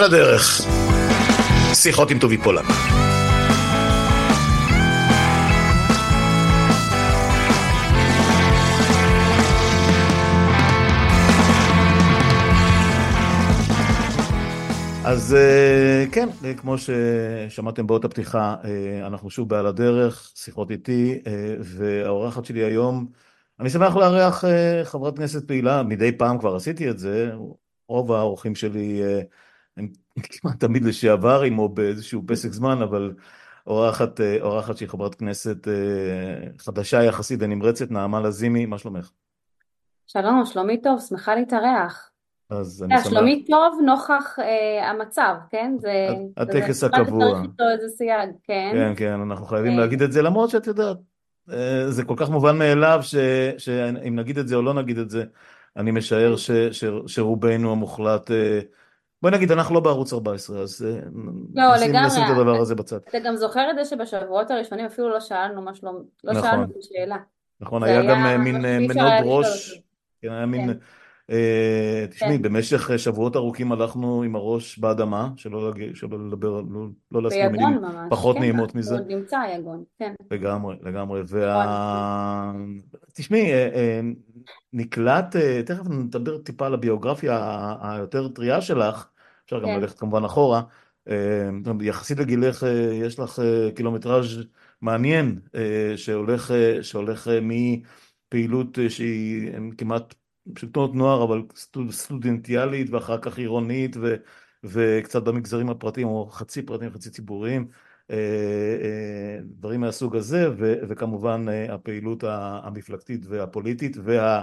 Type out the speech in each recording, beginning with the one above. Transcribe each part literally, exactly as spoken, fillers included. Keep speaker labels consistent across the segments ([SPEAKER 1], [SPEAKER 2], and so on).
[SPEAKER 1] על הדרך, שיחות עם טובי פולק. אז כן, כמו ששמעתם באות הפתיחה, אנחנו שוב בעל הדרך, שיחות איתי, והאורחת שלי היום, אני שמח לארח חברת כנסת פעילה, מדי פעם כבר עשיתי את זה, רוב האורחים שלי הם כמעט תמיד לשעברים או באיזשהו פסק זמן, אבל אורחת, אורחת שהיא חברת כנסת חדשה יחסית ונמרצת, נעמה לזימי, מה שלומך?
[SPEAKER 2] שלום, שלומי טוב, שמחה להתארח.
[SPEAKER 1] אז אני שמח.
[SPEAKER 2] שלומי טוב נוכח אה, המצב, כן? זה, זה
[SPEAKER 1] הטקס
[SPEAKER 2] משפט שצריך
[SPEAKER 1] הקבוע.
[SPEAKER 2] איתו איזה סייג, כן?
[SPEAKER 1] כן, כן, אנחנו חייבים
[SPEAKER 2] אה,
[SPEAKER 1] להגיד את זה, למרות שאת יודעת, זה כל כך מובן מאליו, ש, שאם נגיד את זה או לא נגיד את זה, אני משער
[SPEAKER 2] כן.
[SPEAKER 1] ש, ש, שרובנו המוחלט, בואי נגיד, אנחנו לא בערוץ ארבע עשרה, אז
[SPEAKER 2] לא,
[SPEAKER 1] נשים,
[SPEAKER 2] לגמרי.
[SPEAKER 1] נשים את הדבר הזה בצד.
[SPEAKER 2] אתה גם זוכר את זה שבשבועות הראשונים אפילו לא שאלנו מה שלום, לא שאלנו
[SPEAKER 1] נכון,
[SPEAKER 2] את השאלה.
[SPEAKER 1] נכון,
[SPEAKER 2] זה
[SPEAKER 1] היה
[SPEAKER 2] היה
[SPEAKER 1] גם מין
[SPEAKER 2] משהו שאי אפשר
[SPEAKER 1] מנוד
[SPEAKER 2] היה לשאול אותו.
[SPEAKER 1] ראש, כן, היה מין,
[SPEAKER 2] כן,
[SPEAKER 1] אה, תשמעי,
[SPEAKER 2] כן.
[SPEAKER 1] במשך שבועות ארוכים הלכנו עם הראש באדמה, שלא, להגיד, שלא לדבר, לא, לא להזכיר מילים
[SPEAKER 2] ביגון ממש,
[SPEAKER 1] פחות
[SPEAKER 2] כן,
[SPEAKER 1] נעימות
[SPEAKER 2] הוא
[SPEAKER 1] מזה.
[SPEAKER 2] עוד נמצא יגון, כן.
[SPEAKER 1] לגמרי, לגמרי,
[SPEAKER 2] נכון.
[SPEAKER 1] וה... תשמעי, אה, אה, נקלט, אה, תכף נדבר טיפה על הביוגרפיה ה- היותר טריה שלך, אפשר גם
[SPEAKER 2] כן.
[SPEAKER 1] ללכת כמובן אחורה, אה, יחסית לגילך, אה, יש לך אה, קילומטראז' מעניין, אה, שהולך, אה, שהולך אה, מפעילות אה, שהיא אה, כמעט של תנועות נוער, אבל סטוד- סטודנטיאלית, ואחר כך עירונית, ו, וקצת במגזרים הפרטיים, או חצי פרטיים, חצי ציבוריים, אה, אה, דברים מהסוג הזה, ו- וכמובן אה, הפעילות המפלגתית והפוליטית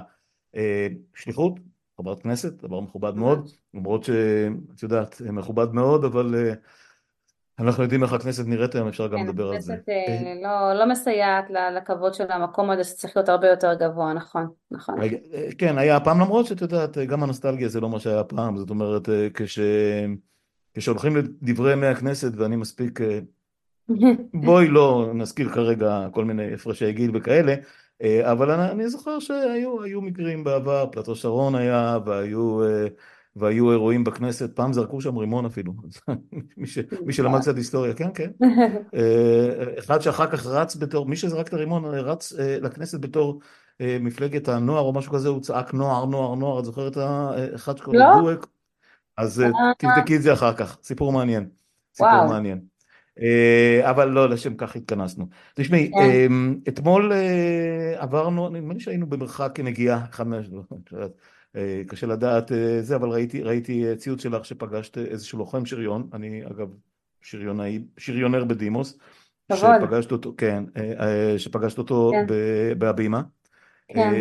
[SPEAKER 1] והשליחות, חברת כנסת, דבר מכובד מאוד,
[SPEAKER 2] ממש.
[SPEAKER 1] למרות שאת יודעת, מכובד מאוד, אבל אה, אנחנו יודעים איך הכנסת נראית היום, אפשר גם
[SPEAKER 2] כן,
[SPEAKER 1] לדבר על זה.
[SPEAKER 2] הכנסת
[SPEAKER 1] אה,
[SPEAKER 2] אה, לא, לא מסייעת ל- לכבוד של המקום הזה שצריך להיות הרבה יותר גבוה, נכון, נכון.
[SPEAKER 1] רגע, אה, כן, היה פעם, למרות שאת יודעת, גם הנוסטלגיה זה לא מה שהיה פעם, זאת אומרת, אה, כש... כשהולכים לדברי ימי הכנסת, ואני מספיק אה, בואי לא נזכיר כרגע כל מיני הפרשי גיל וכאלה, אה, אבל אני, אני זוכר שהיו היו מקרים בעבר, פלטו שרון היה, והיו, אה, והיו אירועים בכנסת, פעם זרקו שם רימון אפילו, מי, ש, מי שלמד קצת היסטוריה, כן, כן. אה, אחד שאחר כך רץ בתור, מי שזרק את הרימון רץ אה, לכנסת בתור אה, מפלגת הנוער או משהו כזה, הוא צעק נוער, נוער, נוער, את זוכרת האחד שקוראים לו
[SPEAKER 2] לא?
[SPEAKER 1] דואק? אז אה,
[SPEAKER 2] אה,
[SPEAKER 1] תבדקי את זה אחר כך, סיפור מעניין, סיפור
[SPEAKER 2] וואו,
[SPEAKER 1] מעניין. אה, אבל לא, לשם כך התכנסנו. תשמעי,
[SPEAKER 2] כן,
[SPEAKER 1] אה, אתמול אה, עברנו, נדמה לי שהיינו במרחק נגיעה, אחד מה... אה, קשה לדעת אה, זה, אבל ראיתי, ראיתי ציוץ שלך שפגשת איזשהו לוחם שריון, אני אגב שריונאי, שריונר בדימוס,
[SPEAKER 2] כבוד,
[SPEAKER 1] שפגשת אותו, כן, אה, אה, שפגשת אותו
[SPEAKER 2] כן,
[SPEAKER 1] ב- בהבימה,
[SPEAKER 2] כן.
[SPEAKER 1] אה,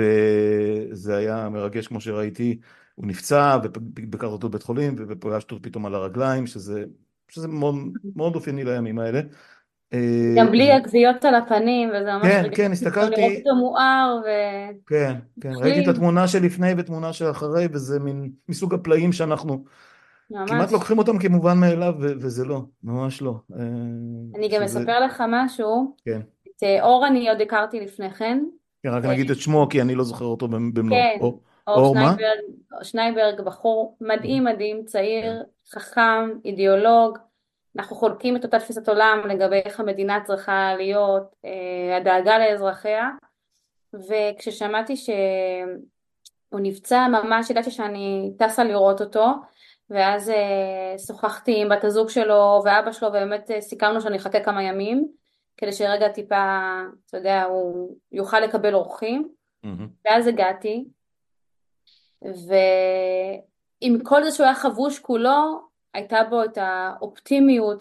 [SPEAKER 1] וזה היה מרגש כמו שראיתי, הוא נפצע וביקרת אותו בבית חולים ופגשת אותו פתאום על הרגליים, שזה, שזה מאוד, מאוד אופייני לימים האלה. אה,
[SPEAKER 2] גם בלי
[SPEAKER 1] ו-
[SPEAKER 2] הגוויות על הפנים, וזה ממש
[SPEAKER 1] כן,
[SPEAKER 2] רגע
[SPEAKER 1] כן,
[SPEAKER 2] פתאום לראות
[SPEAKER 1] הסתכלתי,
[SPEAKER 2] אותו מואר
[SPEAKER 1] כן, כן, ראיתי את
[SPEAKER 2] והחלים,
[SPEAKER 1] התמונה שלפני ותמונה שאחרי, וזה מין מסוג הפלאים שאנחנו כמעט
[SPEAKER 2] ממש.
[SPEAKER 1] לוקחים אותם כמובן מאליו, ו- וזה לא, ממש לא. אה,
[SPEAKER 2] אני גם
[SPEAKER 1] שזה,
[SPEAKER 2] אספר לך משהו,
[SPEAKER 1] כן.
[SPEAKER 2] את אה, אור אני עוד הכרתי לפני כן,
[SPEAKER 1] כן, רק
[SPEAKER 2] אה,
[SPEAKER 1] נגיד את שמו, כי אני לא זוכר אותו במלואו.
[SPEAKER 2] כן,
[SPEAKER 1] או,
[SPEAKER 2] אור
[SPEAKER 1] אור מה?
[SPEAKER 2] שנייברג, שנייברג, בחור מדהים מדהים, צעיר, חכם, אידיאולוג, אנחנו חולקים את אותה תפיסת עולם לגבי איך המדינה צריכה להיות, אה, הדאגה לאזרחיה, וכששמעתי שהוא נפצע ממש ידעתי שאני טסה לראות אותו, ואז אה, שוחחתי עם בת הזוג שלו ואבא שלו, ובאמת אה, סיכמנו שאני אחכה כמה ימים, כדי שרגע טיפה, אתה יודע, הוא יוכל לקבל אורחים,
[SPEAKER 1] מהמם.
[SPEAKER 2] ואז הגעתי, ועם כל זה שהוא היה חבוש כולו, הייתה בו את האופטימיות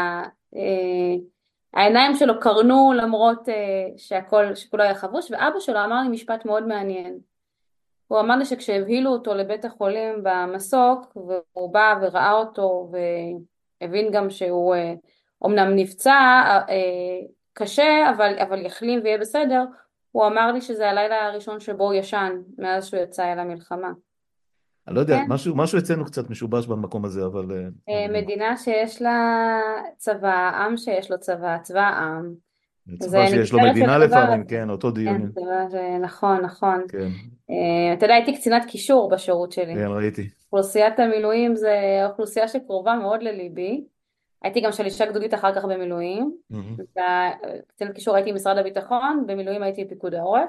[SPEAKER 2] והעיניים שלו קרנו למרות אה, שהכל, שכולו היה חבוש, ואבא שלו אמר לי משפט מאוד מעניין. הוא אמר לי שכשהבהילו אותו לבית החולים במסוק, והוא בא וראה אותו והבין גם שהוא אה, אומנם נפצע אה, קשה, אבל, אבל יחלים ויהיה בסדר, הוא אמר לי שזה הלילה הראשון שבו הוא ישן מאז שהוא יצא אל המלחמה.
[SPEAKER 1] אני לא יודע,
[SPEAKER 2] כן,
[SPEAKER 1] משהו, משהו אצלנו קצת משובש במקום הזה, אבל... אה,
[SPEAKER 2] אה,
[SPEAKER 1] אבל
[SPEAKER 2] מדינה שיש לה צבא, עם שיש לו צבא, צבא העם, זה
[SPEAKER 1] צבא שיש לו
[SPEAKER 2] נגזרת של
[SPEAKER 1] מדינה
[SPEAKER 2] הדבר
[SPEAKER 1] לפעמים,
[SPEAKER 2] הזה.
[SPEAKER 1] כן, אותו
[SPEAKER 2] כן,
[SPEAKER 1] דיון.
[SPEAKER 2] זה, זה נכון, נכון.
[SPEAKER 1] כן,
[SPEAKER 2] אה, אתה יודע, הייתי קצינת קישור בשירות שלי.
[SPEAKER 1] כן, ראיתי.
[SPEAKER 2] אוכלוסיית המילואים זה אוכלוסייה שקרובה מאוד לליבי. הייתי גם שלישה גדודית אחר כך במילואים.
[SPEAKER 1] מהמם.
[SPEAKER 2] קצינת קישור הייתי במשרד הביטחון, במילואים הייתי בפיקוד העורף.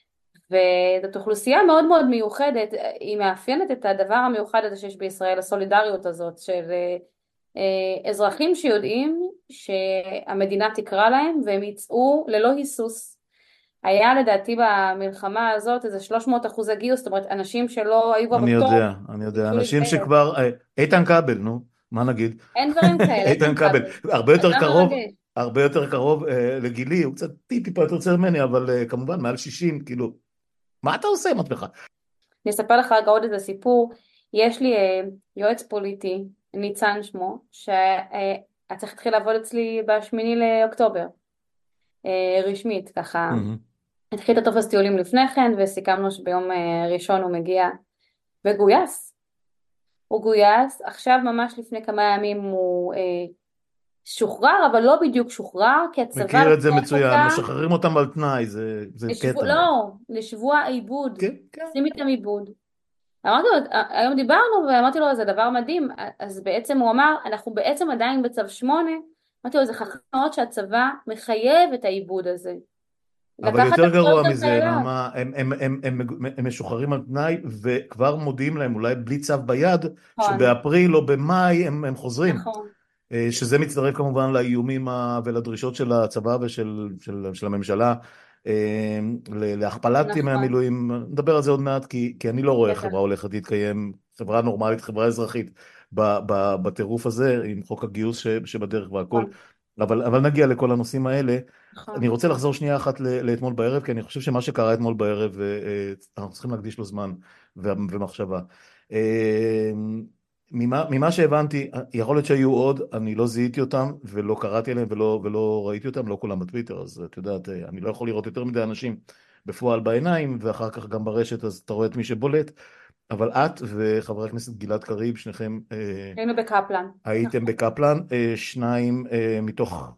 [SPEAKER 2] וזאת אוכלוסייה מאוד מאוד מיוחדת, היא מאפיינת את הדבר המיוחד הזה שיש בישראל, הסולידריות הזאת של אה, אזרחים שיודעים שהמדינה תקרא להם והם יצאו ללא היסוס. היה לדעתי במלחמה הזאת איזה שלוש מאות אחוזי גיוס, זאת אומרת אנשים שלא היו כבר
[SPEAKER 1] אני
[SPEAKER 2] בתור,
[SPEAKER 1] יודע, אני יודע.
[SPEAKER 2] ביקשו
[SPEAKER 1] אנשים
[SPEAKER 2] להתגייס.
[SPEAKER 1] שכבר... אה, איתן כבל, נו, מה נגיד?
[SPEAKER 2] אין דברים כאלה, איתן
[SPEAKER 1] איתן כבל,
[SPEAKER 2] כבל.
[SPEAKER 1] הרבה יותר
[SPEAKER 2] אדם
[SPEAKER 1] קרוב,
[SPEAKER 2] מרגש.
[SPEAKER 1] הרבה יותר קרוב אה, לגילי, הוא קצת טיפה יותר צעיר ממני, אבל אה, כמובן מעל שישים, כאילו, מה אתה עושה עם עצמך?
[SPEAKER 2] אני אספר לך רגע עוד איזה סיפור. יש לי אה, יועץ פוליטי, ניצן שמו, שהיה צריך להתחיל לעבוד אצלי בשמיני לאוקטובר, אה, רשמית, ככה.
[SPEAKER 1] מהמם.
[SPEAKER 2] התחיל את הטופס טיולים לפני כן, וסיכמנו שביום אה, ראשון הוא מגיע וגויס. הוא גויס, עכשיו ממש לפני כמה ימים הוא אה, שוחרר, אבל לא בדיוק שוחרר, כי הצבא
[SPEAKER 1] מכיר את זה
[SPEAKER 2] לקח
[SPEAKER 1] מצוין,
[SPEAKER 2] אותה
[SPEAKER 1] משחררים אותם על תנאי, זה, זה
[SPEAKER 2] לשבוע,
[SPEAKER 1] קטע.
[SPEAKER 2] לא, לשבוע עיבוד,
[SPEAKER 1] כן, כן.
[SPEAKER 2] שים איתם עיבוד. אמרתי לו, היום דיברנו ואמרתי לו, זה דבר מדהים, אז בעצם הוא אמר, אנחנו בעצם עדיין בצו שמונה, אמרתי לו, זה חכם מאוד שהצבא מחייב את העיבוד הזה.
[SPEAKER 1] אבל
[SPEAKER 2] לקחת
[SPEAKER 1] יותר גרוע
[SPEAKER 2] אחריות על
[SPEAKER 1] מזה,
[SPEAKER 2] חייליו.
[SPEAKER 1] נעמה, הם, הם, הם, הם, הם משוחררים על תנאי וכבר מודיעים להם, אולי בלי צו ביד,
[SPEAKER 2] נכון,
[SPEAKER 1] שבאפריל או במאי הם, הם חוזרים.
[SPEAKER 2] נכון,
[SPEAKER 1] אה, שזה מצטרף כמובן לאיומים ה- ולדרישות של הצבא ושל של, של הממשלה אה, ל- להכפלת ימי
[SPEAKER 2] נכון,
[SPEAKER 1] המילואים. נדבר על זה עוד מעט, כי, כי אני לא רואה
[SPEAKER 2] בטח,
[SPEAKER 1] חברה הולכת להתקיים, חברה נורמלית, חברה אזרחית, ב- ב- בטירוף הזה, עם חוק הגיוס ש- שבדרך והכל.
[SPEAKER 2] נכון,
[SPEAKER 1] אבל, אבל נגיע לכל הנושאים האלה. אני
[SPEAKER 2] נכון,
[SPEAKER 1] רוצה לחזור שנייה אחת ל- לאתמול בערב, כי אני חושב שמה שקרה אתמול בערב, אה, אה, אנחנו צריכים להקדיש לו זמן ו- ומחשבה. אה, ממה, ממה שהבנתי, יכול להיות שהיו עוד, אני לא זיהיתי אותם ולא קראתי עליהם ולא, ולא ראיתי אותם, לא כולם בטוויטר, אז את יודעת, אני לא יכול לראות יותר מדי אנשים בפועל בעיניים, ואחר כך גם ברשת, אז אתה רואה את מי שבולט, אבל את וחבר הכנסת גלעד קריב, שניכם אה,
[SPEAKER 2] היינו בקפלן,
[SPEAKER 1] הייתם
[SPEAKER 2] נכון,
[SPEAKER 1] בקפלן, אה, שניים אה, מתוך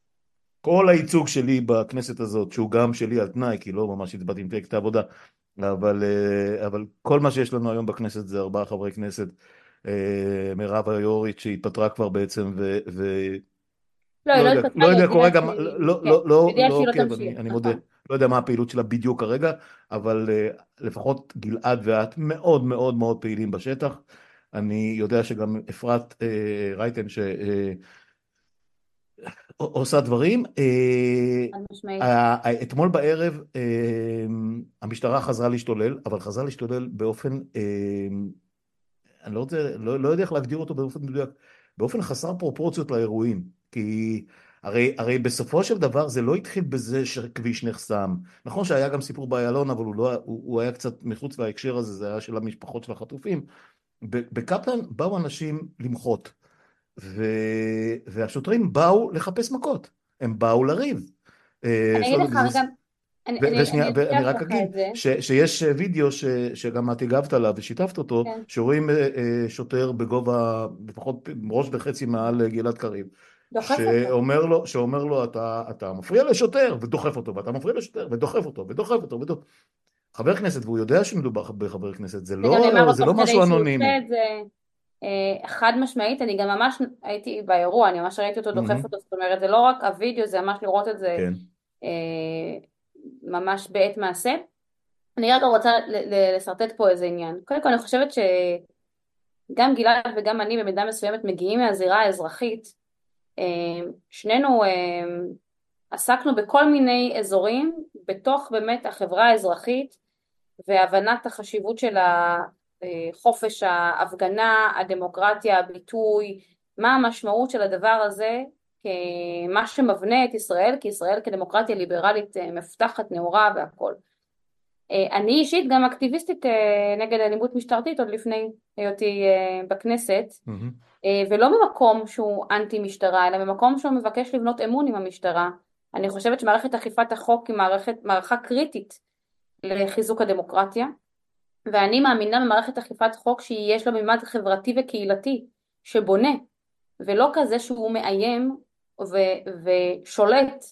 [SPEAKER 1] כל הייצוג שלי בכנסת הזאת, שהוא גם שלי על תנאי, כי לא ממש הצבעתי עם מפלגת העבודה, אבל, אה, אבל כל מה שיש לנו היום בכנסת זה ארבעה חברי כנסת, אה, מירב היו"רית שהתפטרה כבר בעצם, ו, ולא
[SPEAKER 2] לא, היא לא
[SPEAKER 1] יודע,
[SPEAKER 2] התפטרה,
[SPEAKER 1] לא
[SPEAKER 2] היא
[SPEAKER 1] יודע
[SPEAKER 2] הודיעה
[SPEAKER 1] כרגע, מה-
[SPEAKER 2] שהיא,
[SPEAKER 1] לא,
[SPEAKER 2] כן,
[SPEAKER 1] לא, לא,
[SPEAKER 2] היא הודיעה
[SPEAKER 1] לא
[SPEAKER 2] שהיא לא
[SPEAKER 1] עוקב,
[SPEAKER 2] תמשיך,
[SPEAKER 1] אני, אני מודה,
[SPEAKER 2] נכון,
[SPEAKER 1] לא יודע מה הפעילות שלה בדיוק כרגע, אבל אה, לפחות גלעד ואת מאוד מאוד מאוד פעילים בשטח. אני יודע שגם אפרת אה, רייטן, ש... אה, עושה דברים. אה,
[SPEAKER 2] חד משמעית.
[SPEAKER 1] אה, אתמול בערב אה, המשטרה חזרה להשתולל, אבל חזרה להשתולל באופן, אה, אני לא רוצה, לא, לא יודע איך להגדיר אותו באופן מדויק, באופן חסר פרופורציות לאירועים. כי הרי, הרי בסופו של דבר זה לא התחיל בזה שכביש נחסם. נכון שהיה גם סיפור באיילון, אבל הוא, לא, הוא, הוא היה קצת מחוץ להקשר הזה, זה היה של המשפחות של החטופים. בקפלן באו אנשים למחות. ו... והשוטרים באו לחפש מכות, הם באו לריב. אה,
[SPEAKER 2] אני
[SPEAKER 1] זאת
[SPEAKER 2] אגיד
[SPEAKER 1] אומרת,
[SPEAKER 2] לך
[SPEAKER 1] זה...
[SPEAKER 2] רגע, אני,
[SPEAKER 1] ו...
[SPEAKER 2] אני,
[SPEAKER 1] ושנייה,
[SPEAKER 2] אני
[SPEAKER 1] ואני
[SPEAKER 2] אנתח
[SPEAKER 1] רק
[SPEAKER 2] לך
[SPEAKER 1] אגיד
[SPEAKER 2] את זה,
[SPEAKER 1] ש... שיש וידאו ש... שגם את הגבת עליו ושיתפת אותו,
[SPEAKER 2] כן,
[SPEAKER 1] שרואים אה, אה, שוטר בגובה, לפחות ראש וחצי מעל גלעד קריב,
[SPEAKER 2] דוחף אותו.
[SPEAKER 1] שאומר לו, שאומר לו אתה, אתה מפריע לשוטר ודוחף אותו, ואתה מפריע לשוטר ודוחף אותו ודוחף אותו ודוחף. חבר כנסת, והוא יודע שמדובר בחבר כנסת, זה
[SPEAKER 2] זה גם נאמר
[SPEAKER 1] לא,
[SPEAKER 2] לו
[SPEAKER 1] זה
[SPEAKER 2] תוך
[SPEAKER 1] לא
[SPEAKER 2] כדי
[SPEAKER 1] משהו
[SPEAKER 2] שהוא עושה
[SPEAKER 1] אנונימי.
[SPEAKER 2] את זה, אה, חד משמעית, אני גם ממש הייתי באירוע, אני ממש ראיתי אותו דוחף
[SPEAKER 1] מהמם.
[SPEAKER 2] אותו, זאת אומרת, זה לא רק הווידאו, זה ממש לראות את זה
[SPEAKER 1] כן.
[SPEAKER 2] אה, ממש בעת מעשה. אני רק רוצה ל- ל- לשרטט פה איזה עניין. קודם כל, אני חושבת שגם גלעד וגם אני במידה מסוימת מגיעים מהזירה האזרחית, אה, שנינו אה, עסקנו בכל מיני אזורים בתוך באמת החברה האזרחית, והבנת החשיבות של חופש ההפגנה, הדמוקרטיה, הביטוי, מה המשמעות של הדבר הזה כמה שמבנה את ישראל, כישראל כדמוקרטיה ליברלית אה, מפותחת, נאורה והכל. אה, אני אישית גם אקטיביסטית אה, נגד אלימות משטרתית עוד לפני היותי אה, בכנסת,
[SPEAKER 1] מהמם.
[SPEAKER 2] אה, ולא ממקום שהוא אנטי משטרה, אלא ממקום שהוא מבקש לבנות אמון עם המשטרה. אני חושבת שמערכת אכיפת החוק היא מערכת, מערכה קריטית לחיזוק הדמוקרטיה, ואני מאמינה במערכת אכיפת חוק שיש לה ממד חברתי וקהילתי שבונה, ולא כזה שהוא מאיים ו- ושולט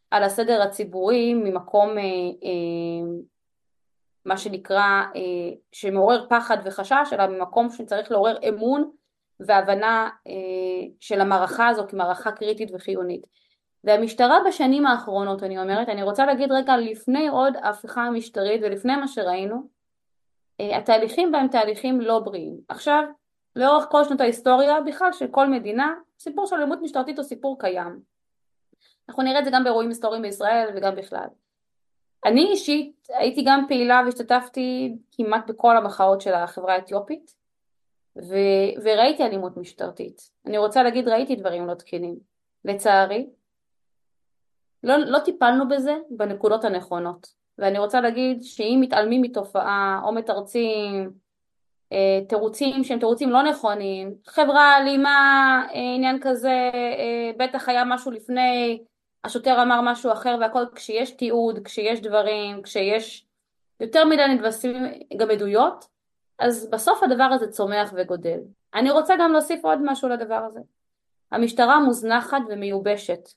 [SPEAKER 2] על הסדר הציבורי ממקום, אה, אה, מה שנקרא, אה, שמעורר פחד וחשש, אלא ממקום שצריך לעורר אמון והבנה אה, של המערכה הזו כמערכה קריטית וחיונית. והמשטרה בשנים האחרונות, אני אומרת, אני רוצה להגיד רגע לפני עוד ההפיכה המשטרית ולפני מה שראינו, אה, התהליכים בהם תהליכים לא בריאים. עכשיו, לאורך כל שנות ההיסטוריה, בכלל של כל מדינה, סיפור של אלימות משטרתית הוא סיפור קיים. אנחנו נראה את זה גם באירועים היסטוריים בישראל וגם בכלל. אני אישית הייתי גם פעילה והשתתפתי כמעט בכל המחאות של החברה האתיופית, ו- וראיתי אלימות משטרתית. אני רוצה להגיד, ראיתי דברים לא תקינים. לצערי, לא, לא טיפלנו בזה בנקודות הנכונות. ואני רוצה להגיד שאם מתעלמים מתופעה או מתרצים אה, תירוצים שהם תירוצים לא נכונים, חברה אלימה, אה, עניין כזה, אה, בטח היה משהו לפני, השוטר אמר משהו אחר והכל, כשיש תיעוד, כשיש דברים, כשיש יותר מדי נתווספים גם עדויות, אז בסוף הדבר הזה צומח וגודל. אני רוצה גם להוסיף עוד משהו לדבר הזה. המשטרה מוזנחת ומיובשת.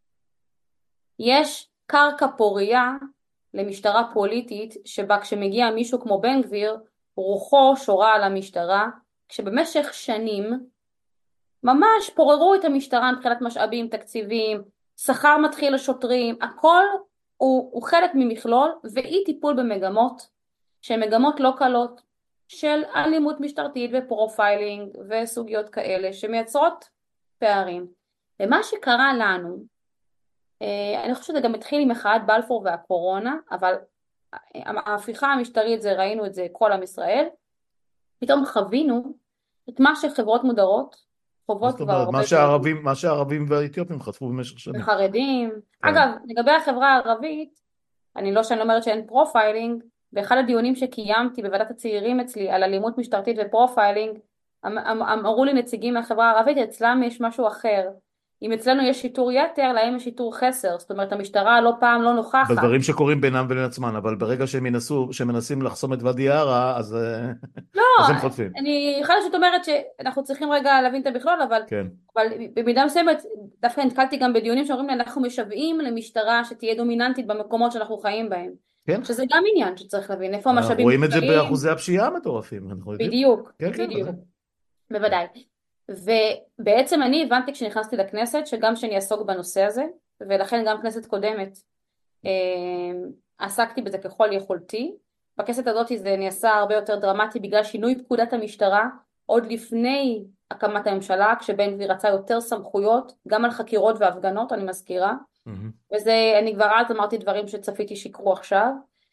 [SPEAKER 2] יש קרקע פוריה למשטרה פוליטית שבה כשמגיע מישהו כמו בן גביר רוחו שורה על המשטרה, כשבמשך שנים ממש פוררו את המשטרה מבחינת משאבים, תקציבים, שכר מתחיל לשוטרים, הכל הוא, הוא חלק ממכלול ואי טיפול במגמות שהן מגמות לא קלות של אלימות משטרתית ופרופיילינג וסוגיות כאלה שמייצרות פערים. ומה שקרה לנו, אני חושבת שזה גם התחיל עם מחאת בלפור והקורונה, אבל ההפיכה המשטרית זה, ראינו את זה כל עם ישראל, פתאום חווינו את מה שחברות מודרות
[SPEAKER 1] מה
[SPEAKER 2] חוות
[SPEAKER 1] זאת
[SPEAKER 2] כבר
[SPEAKER 1] אומרת?
[SPEAKER 2] הרבה
[SPEAKER 1] מה
[SPEAKER 2] זמן.
[SPEAKER 1] שהערבים, מה שהערבים והאתיופים חטפו במשך שנים.
[SPEAKER 2] וחרדים.
[SPEAKER 1] כן.
[SPEAKER 2] אגב, לגבי החברה הערבית, אני לא שאני אומרת שאין פרופיילינג, באחד הדיונים שקיימתי בוועדת הצעירים אצלי על אלימות משטרתית ופרופיילינג, אמ- אמ- אמרו לי נציגים מהחברה הערבית, אצלם יש משהו אחר. אם אצלנו יש שיטור יתר, להם יש שיטור חסר, זאת אומרת המשטרה לא פעם לא נוכחת.
[SPEAKER 1] בדברים שקורים בינם ובין עצמם, אבל ברגע שהם ינסו, שמנסים לחסום את ואדי ערה, אז, אה,
[SPEAKER 2] לא,
[SPEAKER 1] אז הם חוטפים.
[SPEAKER 2] אני חושבת שאת אומרת שאנחנו צריכים רגע להבין את המכלול, אבל,
[SPEAKER 1] כן.
[SPEAKER 2] אבל במידה מסוימת, דווקא נתקלתי גם בדיונים שאומרים לי, אנחנו משוועים למשטרה שתהיה דומיננטית במקומות שאנחנו חיים בהם.
[SPEAKER 1] כן.
[SPEAKER 2] שזה גם עניין שצריך להבין, איפה
[SPEAKER 1] אנחנו
[SPEAKER 2] המשאבים
[SPEAKER 1] רואים את זה
[SPEAKER 2] מושקעים,
[SPEAKER 1] באחוזי הפשיעה המטורפים, אנחנו יודעים.
[SPEAKER 2] בדיוק,
[SPEAKER 1] כן, כן,
[SPEAKER 2] בדיוק,
[SPEAKER 1] בוודאי.
[SPEAKER 2] בוודאי. ובעצם אני הבנתי כשנכנסתי לכנסת, שגם שאני אעסוק בנושא הזה, ולכן גם כנסת קודמת, אה, עסקתי בזה ככל יכולתי. בכנסת הזאת זה נעשה הרבה יותר דרמטי בגלל שינוי פקודת המשטרה עוד לפני הקמת הממשלה, כשבן גביר רצה יותר סמכויות גם על חקירות והפגנות, אני מזכירה,
[SPEAKER 1] מהמם.
[SPEAKER 2] וזה, אני כבר אז אמרתי דברים שצפיתי שיקרו עכשיו,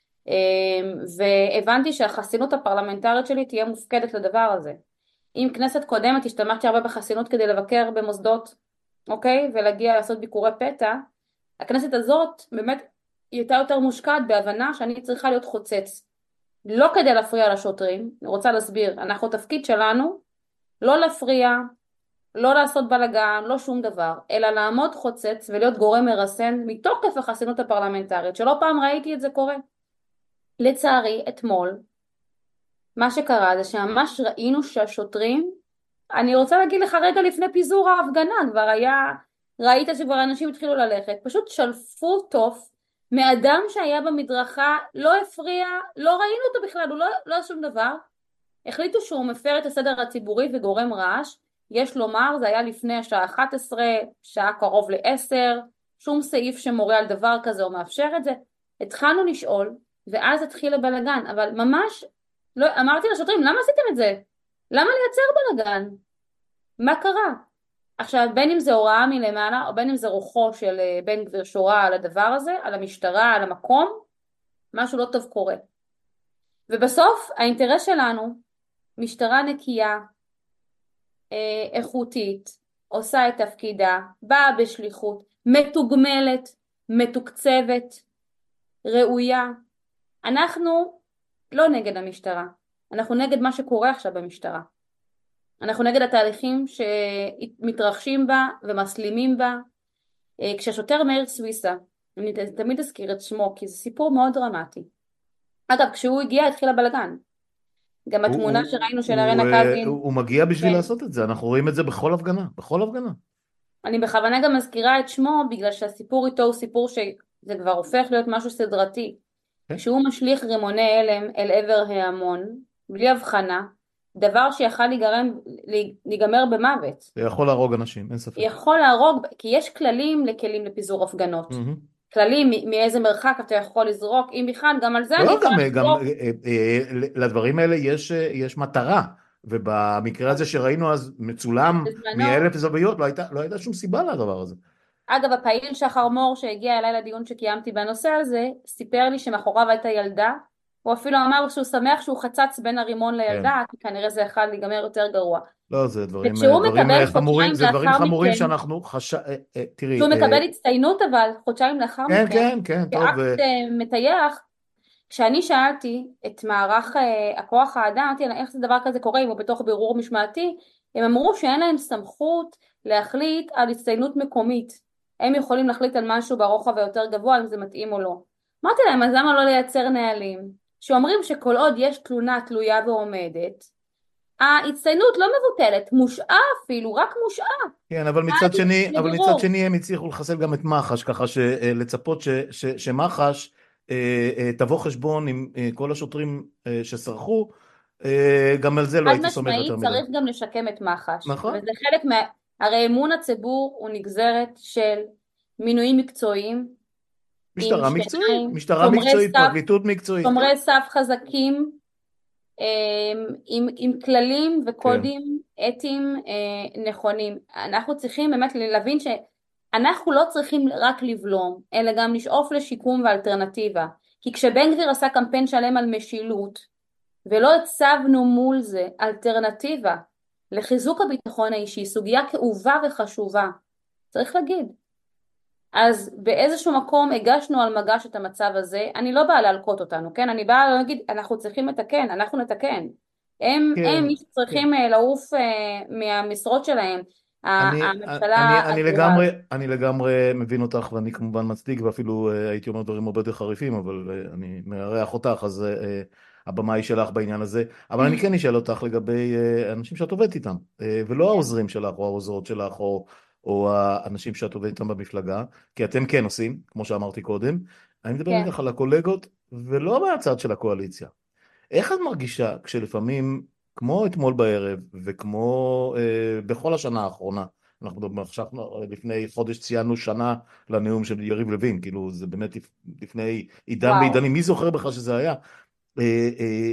[SPEAKER 2] והבנתי שהחסינות הפרלמנטרית שלי תהיה מופקדת לדבר הזה. אם כנסת קודמת השתמשתי הרבה בחסינות כדי לבקר במוסדות, אוקיי, ולהגיע לעשות ביקורי פתע, הכנסת הזאת באמת היא הייתה יותר מושקעת בהבנה שאני צריכה להיות חוצץ, לא כדי להפריע לשוטרים. אני רוצה להסביר, אנחנו תפקיד שלנו לא להפריע, לא לעשות בלגן, לא שום דבר, אלא לעמוד חוצץ ולהיות גורם מרסן מתוקף החסינות הפרלמנטרית, שלא פעם ראיתי את זה קורה. לצערי, אתמול, מה שקרה זה שממש ראינו שהשוטרים, אני רוצה להגיד לך רגע לפני פיזור ההפגנה, כבר היה, ראית שכבר אנשים התחילו ללכת, פשוט שלפו תוף מאדם שהיה במדרכה, לא הפריע, לא ראינו אותו בכלל, הוא לא, לא עשה שום דבר, החליטו שהוא מפר את הסדר הציבורי וגורם רעש, יש לומר, זה היה לפני השעה אחת עשרה, שעה קרוב ל-עשר, שום סעיף שמורה על דבר כזה או מאפשר את זה, התחלנו לשאול, ואז התחיל הבלגן, אבל ממש, לא, אמרתי לשוטרים, למה עשיתם את זה? למה לייצר בלגן? מה קרה? עכשיו, בין אם זה הוראה מלמעלה, או בין אם זה רוחו של בן גביר שורה על הדבר הזה, על המשטרה, על המקום, משהו לא טוב קורה. ובסוף, האינטרס שלנו, משטרה נקייה, איכותית, עושה את תפקידה, באה בשליחות, מתוגמלת, מתוקצבת, ראויה. אנחנו לא נגד המשטרה, אנחנו נגד מה שקורה עכשיו במשטרה. אנחנו נגד התהליכים שמתרחשים בה ומסלימים בה. כשהשוטר מאיר סוויסה, אני תמיד אזכיר את שמו כי זה סיפור מאוד דרמטי. אגב, כשהוא הגיע התחיל הבלגן. גם
[SPEAKER 1] הוא,
[SPEAKER 2] התמונה
[SPEAKER 1] הוא,
[SPEAKER 2] שראינו של
[SPEAKER 1] הוא,
[SPEAKER 2] ארנה
[SPEAKER 1] אה,
[SPEAKER 2] קזין.
[SPEAKER 1] הוא מגיע בשביל
[SPEAKER 2] כן.
[SPEAKER 1] לעשות את זה, אנחנו רואים את זה בכל הפגנה, בכל הפגנה.
[SPEAKER 2] אני בכוונה גם מזכירה את שמו, בגלל שהסיפור איתו הוא סיפור שזה כבר הופך להיות משהו סדרתי.
[SPEAKER 1] כן?
[SPEAKER 2] כשהוא משליך רימוני הלם אל עבר ההמון, בלי הבחנה, דבר שיכל להיגרם, להיגמר במוות.
[SPEAKER 1] זה יכול להרוג אנשים, אין ספק.
[SPEAKER 2] יכול להרוג, כי יש כללים לכלים לפיזור הפגנות.
[SPEAKER 1] מהמם.
[SPEAKER 2] כללים מ- מאיזה מרחק אתה יכול לזרוק, אם בכלל, גם על זה אני
[SPEAKER 1] לא,
[SPEAKER 2] יכולה
[SPEAKER 1] גם, גם
[SPEAKER 2] לזרוק
[SPEAKER 1] אה, אה, לדברים האלה יש, אה, יש מטרה, ובמקרה הזה שראינו אז מצולם
[SPEAKER 2] בזמנו.
[SPEAKER 1] מאלף זוויות, לא הייתה, לא הייתה שום סיבה לדבר הזה.
[SPEAKER 2] אגב, הפעיל שחר מור שהגיע אליי לדיון שקיימתי בנושא הזה, סיפר לי שמאחוריו הייתה ילדה, הוא אפילו אמר שהוא שמח שהוא חצץ בין הרימון
[SPEAKER 1] כן.
[SPEAKER 2] לילדה, כי כנראה זה יכול להיגמר יותר גרוע.
[SPEAKER 1] לא, זה דברים, אה,
[SPEAKER 2] וכשהוא
[SPEAKER 1] דברים
[SPEAKER 2] מקבל
[SPEAKER 1] אה, חמורים,
[SPEAKER 2] חודשיים
[SPEAKER 1] זה דברים
[SPEAKER 2] לאחר
[SPEAKER 1] חמורים
[SPEAKER 2] מכן,
[SPEAKER 1] שאנחנו חש... אה, אה, תראי,
[SPEAKER 2] כשהוא
[SPEAKER 1] אה,
[SPEAKER 2] מקבל הצטיינות אבל חודשיים לאחר
[SPEAKER 1] כן,
[SPEAKER 2] מכן,
[SPEAKER 1] כן, כן, טוב,
[SPEAKER 2] כאקט
[SPEAKER 1] אה,
[SPEAKER 2] אה, מטייח, כשאני שאלתי את מערך אה, הכוח האדם, אמרתי להם איך זה דבר כזה קורה אם הוא בתוך בירור משמעתי, הם אמרו שאין להם סמכות להחליט על הצטיינות מקומית, הם יכולים להחליט על משהו ברוחב היותר גבוה אם זה מתאים או לא. אמרתי להם אז למה לא לייצר נהלים שאומרים שכל עוד יש תלונה תלויה ועומדת, ההצטיינות לא מבוטלת, מושעה אפילו, רק מושעה,
[SPEAKER 1] כן, אבל
[SPEAKER 2] עד
[SPEAKER 1] מצד שני, אבל מצד
[SPEAKER 2] לבירור.
[SPEAKER 1] שני הם הצליחו לחסל גם את מח"ש, ככה שלצפות ש, ש, שמח"ש אה, אה, תבוא חשבון עם אה, כל השוטרים אה, שסרחו, אה, גם על זה לא
[SPEAKER 2] חד
[SPEAKER 1] הייתי סומך יותר
[SPEAKER 2] משמעית
[SPEAKER 1] מדי.
[SPEAKER 2] צריך גם לשקם את מח"ש,
[SPEAKER 1] נכון?
[SPEAKER 2] וזה חלק מה... הרי אמון הציבור הוא נגזרת של מינויים מקצועיים עם
[SPEAKER 1] משטרה מקצועית,
[SPEAKER 2] שיניים,
[SPEAKER 1] משטרה
[SPEAKER 2] שומרי
[SPEAKER 1] מקצועית,
[SPEAKER 2] סף,
[SPEAKER 1] פרקליטות מקצועית, כן,
[SPEAKER 2] שומרי סף חזקים, אמ, עם, עם כללים
[SPEAKER 1] כן.
[SPEAKER 2] וקודים אתיים אה, נכונים. אנחנו צריכים באמת להבין שאנחנו לא צריכים רק לבלום, אלא גם לשאוף לשיקום ואלטרנטיבה. כי כשבן גביר עשה קמפיין שלם על משילות, ולא הצבנו מול זה אלטרנטיבה לחיזוק הביטחון האישי, סוגיה כאובה וחשובה, צריך להגיד. אז באיזשהו מקום הגשנו על מגש את המצב הזה, אני לא באה להלקות אותנו, כן? אני באה להגיד, אנחנו צריכים לתקן, אנחנו נתקן. הם,
[SPEAKER 1] כן,
[SPEAKER 2] הם מי
[SPEAKER 1] כן.
[SPEAKER 2] שצריכים אה, לעוף אה, מהמשרות שלהם, ה-
[SPEAKER 1] אני,
[SPEAKER 2] הממשלה
[SPEAKER 1] אני, אני
[SPEAKER 2] הגרועה
[SPEAKER 1] לגמרי,
[SPEAKER 2] הזאת.
[SPEAKER 1] אני לגמרי מבין אותך, ואני כמובן מצדיק, ואפילו אה, הייתי אומר דברים הרבה יותר חריפים, אבל אה, אני מארח אותך, אז אה, אה, הבמה היא שלך בעניין הזה. אבל אני כן אשאל אותך לגבי אה, אנשים שאת עובדת איתם, אה, ולא
[SPEAKER 2] כן,
[SPEAKER 1] העוזרים שלך, או העוזרות שלך, או, או האנשים שאת עובדת איתם במפלגה, כי אתם כן עושים, כמו שאמרתי קודם. אני מדבר
[SPEAKER 2] כן.
[SPEAKER 1] איתך על הקולגות, ולא מהצד של הקואליציה. איך את מרגישה כשלפעמים, כמו אתמול בערב, וכמו אה, בכל השנה האחרונה, אנחנו מדברים עכשיו, לפני חודש ציינו שנה לנאום של יריב לוין, כאילו זה באמת לפ- לפני עידן
[SPEAKER 2] וואו.
[SPEAKER 1] ועידנים, מי זוכר בכלל שזה היה? אה, אה,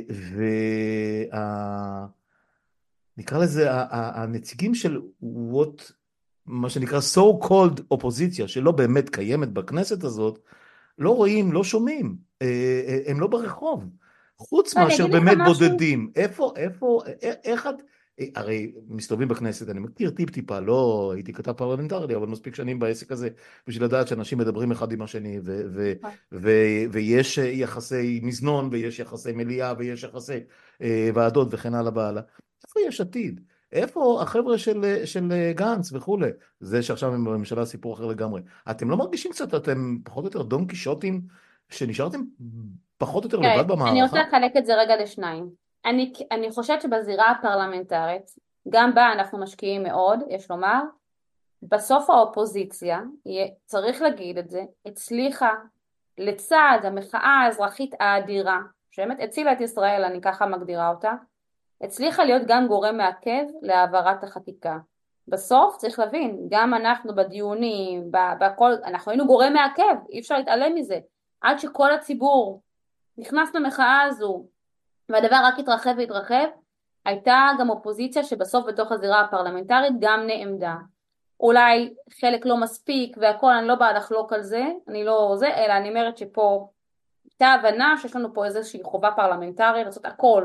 [SPEAKER 1] וה... נקרא לזה, ה- ה- הנציגים של what, מה שנקרא so called אופוזיציה, שלא באמת קיימת בכנסת הזאת, לא רואים, לא שומעים, אה, אה, הם לא ברחוב, חוץ
[SPEAKER 2] ואני
[SPEAKER 1] מאשר
[SPEAKER 2] אגיד לך
[SPEAKER 1] באמת
[SPEAKER 2] משהו,
[SPEAKER 1] בודדים. איפה, איפה, א- איך את, אה, הרי מסתובבים בכנסת, אני מכיר טיפ טיפה, לא הייתי כתב פרלמנטרי, אבל מספיק שנים בעסק הזה, בשביל לדעת שאנשים מדברים אחד עם השני, ו, ו, ו, ויש יחסי מזנון, ויש יחסי מליאה, ויש יחסי אה, ועדות וכן הלאה והלאה. איפה יש עתיד? איפה החבר'ה של, של גנץ וכולי? זה שעכשיו הם בממשלה סיפור אחר לגמרי. אתם לא מרגישים קצת, אתם פחות או יותר דון קישוטים, שנשארתם פחות או יותר
[SPEAKER 2] תראה,
[SPEAKER 1] לבד
[SPEAKER 2] אני
[SPEAKER 1] במערכה?
[SPEAKER 2] רוצה לחלק את זה רגע לשניים. אני, אני חושבת שבזירה הפרלמנטרית, גם בה אנחנו משקיעים מאוד, יש לומר, בסוף האופוזיציה, יהיה- צריך להגיד את זה, הצליחה לצד המחאה האזרחית האדירה, שבאמת הצילה את ישראל, אני ככה מגדירה אותה, הצליחה להיות גם גורם מעכב להעברת החקיקה. בסוף צריך להבין, גם אנחנו בדיונים, ב- בכל, אנחנו היינו גורם מעכב, אי אפשר להתעלם מזה, עד שכל הציבור נכנס למחאה הזו, והדבר רק התרחב והתרחב, הייתה גם אופוזיציה שבסוף בתוך הזירה הפרלמנטרית גם נעמדה. אולי חלק לא מספיק והכל, אני לא באה לחלוק על זה, אני לא זה, אלא אני אומרת שפה הייתה הבנה שיש לנו פה איזושהי חובה פרלמנטרית לעשות הכל.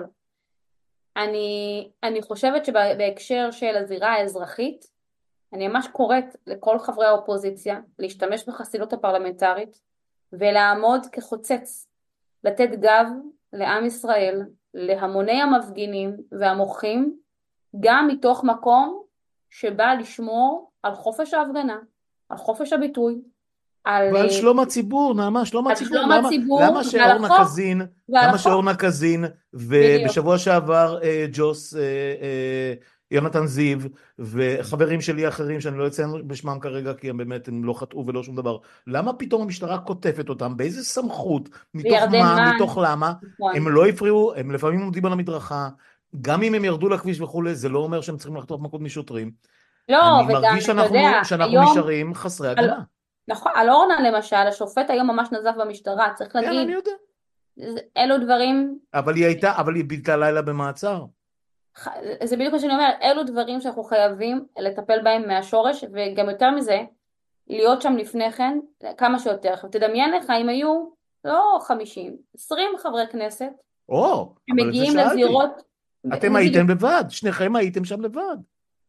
[SPEAKER 2] אני, אני חושבת שבהקשר של הזירה האזרחית, אני ממש קוראת לכל חברי האופוזיציה להשתמש בחסינות הפרלמנטרית ולעמוד כחוצץ, לתת גב לעם ישראל, להמוני המפגינים והמוחים, גם מתוך מקום שבא לשמור על חופש ההפגנה, על חופש הביטוי, על,
[SPEAKER 1] ועל שלום הציבור, נעמה, שלום
[SPEAKER 2] על
[SPEAKER 1] הציבור.
[SPEAKER 2] שלום
[SPEAKER 1] למה,
[SPEAKER 2] הציבור
[SPEAKER 1] למה
[SPEAKER 2] ועל
[SPEAKER 1] שאורנה
[SPEAKER 2] החוק
[SPEAKER 1] קזין,
[SPEAKER 2] ועל
[SPEAKER 1] למה
[SPEAKER 2] החוק,
[SPEAKER 1] שאורנה קזין,
[SPEAKER 2] בדיוק.
[SPEAKER 1] ובשבוע שעבר אה, ג'וס אה, אה, יונתן זיו, וחברים שלי אחרים שאני לא אציין בשמם כרגע, כי הם באמת הם לא חטאו ולא שום דבר. למה פתאום המשטרה כותפת אותם? באיזה סמכות? מתוך
[SPEAKER 2] וירדן
[SPEAKER 1] מה?
[SPEAKER 2] מן,
[SPEAKER 1] מתוך למה? הם
[SPEAKER 2] נכון.
[SPEAKER 1] לא הפריעו, הם לפעמים עומדים על המדרכה, גם אם הם ירדו לכביש וכולי, זה לא אומר שהם צריכים לחטוף מכות משוטרים.
[SPEAKER 2] לא,
[SPEAKER 1] אני
[SPEAKER 2] וגם,
[SPEAKER 1] מרגיש
[SPEAKER 2] אתה יודע,
[SPEAKER 1] שאנחנו, שאנחנו
[SPEAKER 2] היום,
[SPEAKER 1] נשארים חסרי
[SPEAKER 2] על,
[SPEAKER 1] הגנה.
[SPEAKER 2] נכון, על אורנה למשל, השופט היום ממש נזף במשטרה, צריך
[SPEAKER 1] כן, אני
[SPEAKER 2] להגיד,
[SPEAKER 1] יודע.
[SPEAKER 2] זה- אלו דברים,
[SPEAKER 1] אבל היא הייתה, אבל היא בילתה לילה במעצר.
[SPEAKER 2] ח- זה בדיוק מה שאני אומרת, אלו דברים שאנחנו חייבים לטפל בהם מהשורש, וגם יותר מזה, להיות שם לפני כן, כמה שיותר. עכשיו, תדמיין לך אם היו, לא חמישים, עשרים חברי כנסת,
[SPEAKER 1] או, אבל את זה
[SPEAKER 2] שמגיעים
[SPEAKER 1] שאלתי.
[SPEAKER 2] לזירות,
[SPEAKER 1] אתם
[SPEAKER 2] בדיוק.
[SPEAKER 1] הייתם לבד, שניכם הייתם שם לבד.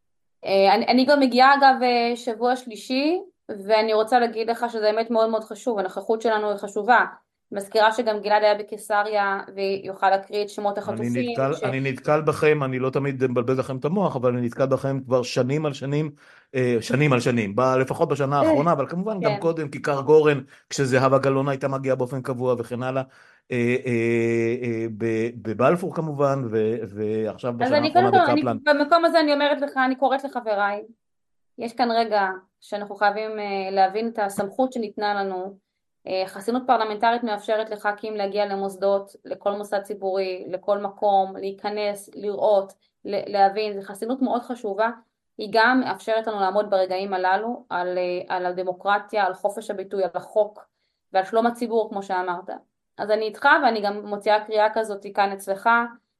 [SPEAKER 2] אה, אני, אני גם מגיעה אגב אה, שבוע שלישי, ואני רוצה להגיד לך שזה באמת מאוד מאוד חשוב, הנוכחות שלנו היא חשובה. מזכירה שגם גלעד היה בקיסריה ויוכל להקריא את שמות
[SPEAKER 1] אני
[SPEAKER 2] החטופים,
[SPEAKER 1] נתקל,
[SPEAKER 2] ש...
[SPEAKER 1] אני נתקל בכם, אני לא תמיד מבלבל לכם את המוח, אבל אני נתקל בכם כבר שנים על שנים, אה, שנים על שנים, ב, לפחות בשנה האחרונה, אבל כמובן גם
[SPEAKER 2] כן.
[SPEAKER 1] קודם, כיכר גורן, כשזהבה גלאון הייתה מגיעה באופן קבוע וכן הלאה, אה, אה, אה, ב- בבלפור כמובן, ו, ועכשיו
[SPEAKER 2] אז
[SPEAKER 1] בשנה
[SPEAKER 2] אני קודם
[SPEAKER 1] האחרונה
[SPEAKER 2] כל, אני,
[SPEAKER 1] בקפלן.
[SPEAKER 2] במקום הזה אני אומרת לך, אני קוראת לחבריי, יש כאן רגע שאנחנו חייבים אה, להבין את הסמכות שניתנה לנו. אה, חסינות פרלמנטרית מאפשרת לח"כים להגיע למוסדות, לכל מוסד ציבורי, לכל מקום, להיכנס, לראות, ל- להבין, זו חסינות מאוד חשובה. היא גם מאפשרת לנו לעמוד ברגעים הללו על, אה, על הדמוקרטיה, על חופש הביטוי, על החוק ועל שלום הציבור, כמו שאמרת. אז אני איתך ואני גם מוציאה קריאה כזאת כאן אצלך,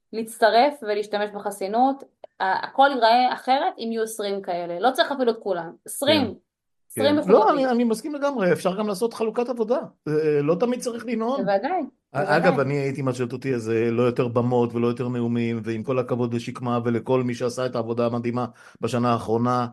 [SPEAKER 2] להצטרף ולהשתמש בחסינות. הכל ייראה אחרת אם יהיו עשרים כאלה, לא צריך אפילו את כולם,
[SPEAKER 1] כן.
[SPEAKER 2] עשרים,
[SPEAKER 1] כן.
[SPEAKER 2] עשרים
[SPEAKER 1] לא, אני,
[SPEAKER 2] מכובדים,
[SPEAKER 1] אני מסכים לגמרי, אפשר גם לעשות חלוקת עבודה, אה, לא תמיד צריך לנאום.
[SPEAKER 2] בוודאי,
[SPEAKER 1] אגב,
[SPEAKER 2] בוודאי.
[SPEAKER 1] אני הייתי משאיר אותי אז אה, לא יותר במות ולא יותר נאומים, ועם כל הכבוד לשקמה ולכל מי שעשה את העבודה המדהימה בשנה האחרונה,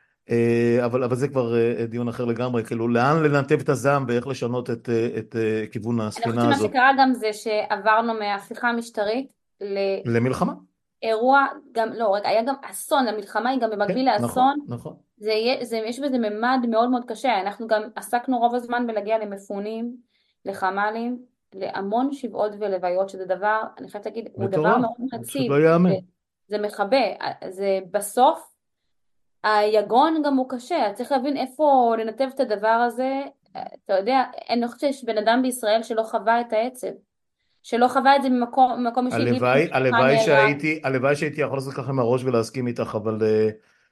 [SPEAKER 1] אה, אבל, אבל זה כבר אה, דיון אחר לגמרי, כאילו לאן לנתב את הזעם ואיך לשנות את, אה, את אה, כיוון
[SPEAKER 2] אני חושבת
[SPEAKER 1] הספינה
[SPEAKER 2] שמה
[SPEAKER 1] הזאת.
[SPEAKER 2] שקרה גם זה שעברנו מההפיכה המשטרית
[SPEAKER 1] למלחמה?
[SPEAKER 2] לאירוע, גם, לא, רגע, היה גם אסון, המלחמה היא גם
[SPEAKER 1] כן,
[SPEAKER 2] במקביל
[SPEAKER 1] נכון,
[SPEAKER 2] לאסון,
[SPEAKER 1] נכון.
[SPEAKER 2] זה, יהיה- זה, יש בזה ממד מאוד מאוד קשה, אנחנו גם עסקנו רוב הזמן בלהגיע למפונים, לחמ"לים, להמון שבעות ולוויות, שזה דבר, אני חייבת להגיד, הוא דבר
[SPEAKER 1] מטורף,
[SPEAKER 2] מאוד
[SPEAKER 1] זה פשוט
[SPEAKER 2] מעציב,
[SPEAKER 1] לא ייאמן.
[SPEAKER 2] זה, זה מכבה, זה בסוף, היגון גם הוא קשה, אז צריך להבין איפה לנתב את הדבר הזה, אתה יודע, אני לא חושבת שיש בן אדם בישראל שלא חווה את העצב, שלא חווה את זה ממקום, ממקום אישי, לי בן
[SPEAKER 1] הלוואי,
[SPEAKER 2] משפחה
[SPEAKER 1] הלוואי
[SPEAKER 2] נהרג,
[SPEAKER 1] שהייתי, הלוואי שהייתי יכול לעשות ככה עם הראש ולהסכים איתך, אבל אה,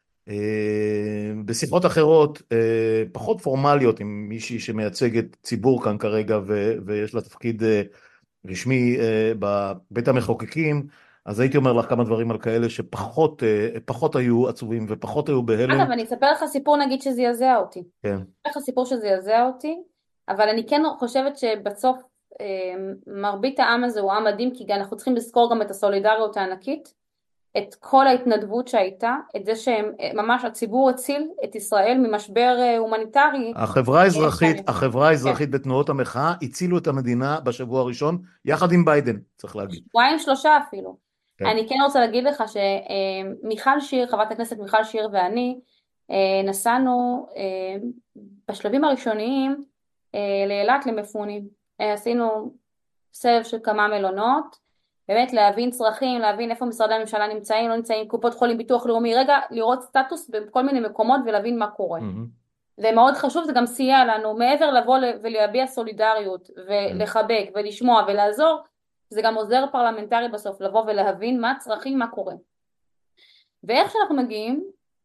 [SPEAKER 1] אה, בשיחות אחרות, אה, פחות פורמליות, עם מישהי שמייצגת ציבור כאן כרגע, ו, ויש לה תפקיד אה, רשמי אה, בבית המחוקקים, אז הייתי אומר לך כמה דברים על כאלה שפחות אה, פחות היו עצובים ופחות היו בהלם.
[SPEAKER 2] אגב, אני אספר לך סיפור נגיד שזעזע אותי.
[SPEAKER 1] כן,
[SPEAKER 2] אספר לך סיפור שזעזע אותי, אבל אני כן חושבת שבסוף אה, מרבית העם הזה הוא עם מדהים, כי אנחנו צריכים לזכור גם את הסולידריות הענקית, את כל ההתנדבות שהייתה, את זה שהם, אה, ממש הציבור הציל את ישראל ממשבר אה, הומניטרי.
[SPEAKER 1] החברה
[SPEAKER 2] אה,
[SPEAKER 1] האזרחית,
[SPEAKER 2] כן,
[SPEAKER 1] החברה
[SPEAKER 2] כן.
[SPEAKER 1] האזרחית בתנועות המחאה הצילו את המדינה בשבוע הראשון, יחד עם ביידן, צריך להגיד.
[SPEAKER 2] שבועיים שלושה אפילו.
[SPEAKER 1] כן.
[SPEAKER 2] אני כן רוצה להגיד לך שמיכל שיר, חברת הכנסת מיכל שיר ואני, אה, נסענו אה, בשלבים הראשוניים אה, לאילת למפונים. אה, עשינו סבב של כמה מלונות, באמת להבין צרכים, להבין איפה משרדי הממשלה נמצאים, לא נמצאים, קופות חולים, ביטוח לאומי, רגע לראות סטטוס בכל מיני מקומות ולהבין מה קורה.
[SPEAKER 1] מהמם.
[SPEAKER 2] ומאוד חשוב, זה גם סייע לנו, מעבר לבוא ולהביע סולידריות
[SPEAKER 1] כן.
[SPEAKER 2] ולחבק ולשמוע ולעזור, זה גם עוזר פרלמנטרי בסוף, לבוא ולהבין מה הצרכים, מה קורה. ואיך שאנחנו מגיעים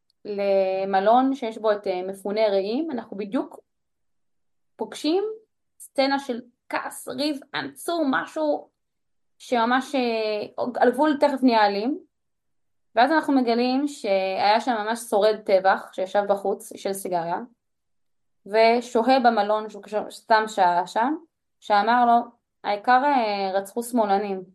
[SPEAKER 2] למלון שיש בו את אה, מפוני רעים, אנחנו בדיוק פוגשים סצנה של כעס, ריב, עצום, משהו שממש אה, על גבול תכף נהיה אלים, ואז אנחנו מגלים שהיה שם ממש שורד טבח שישב בחוץ, של סיגריה, ושוהה במלון שהוא סתם שעה שם, שאמר לו, העיקר אה, רצחו שמאלנים.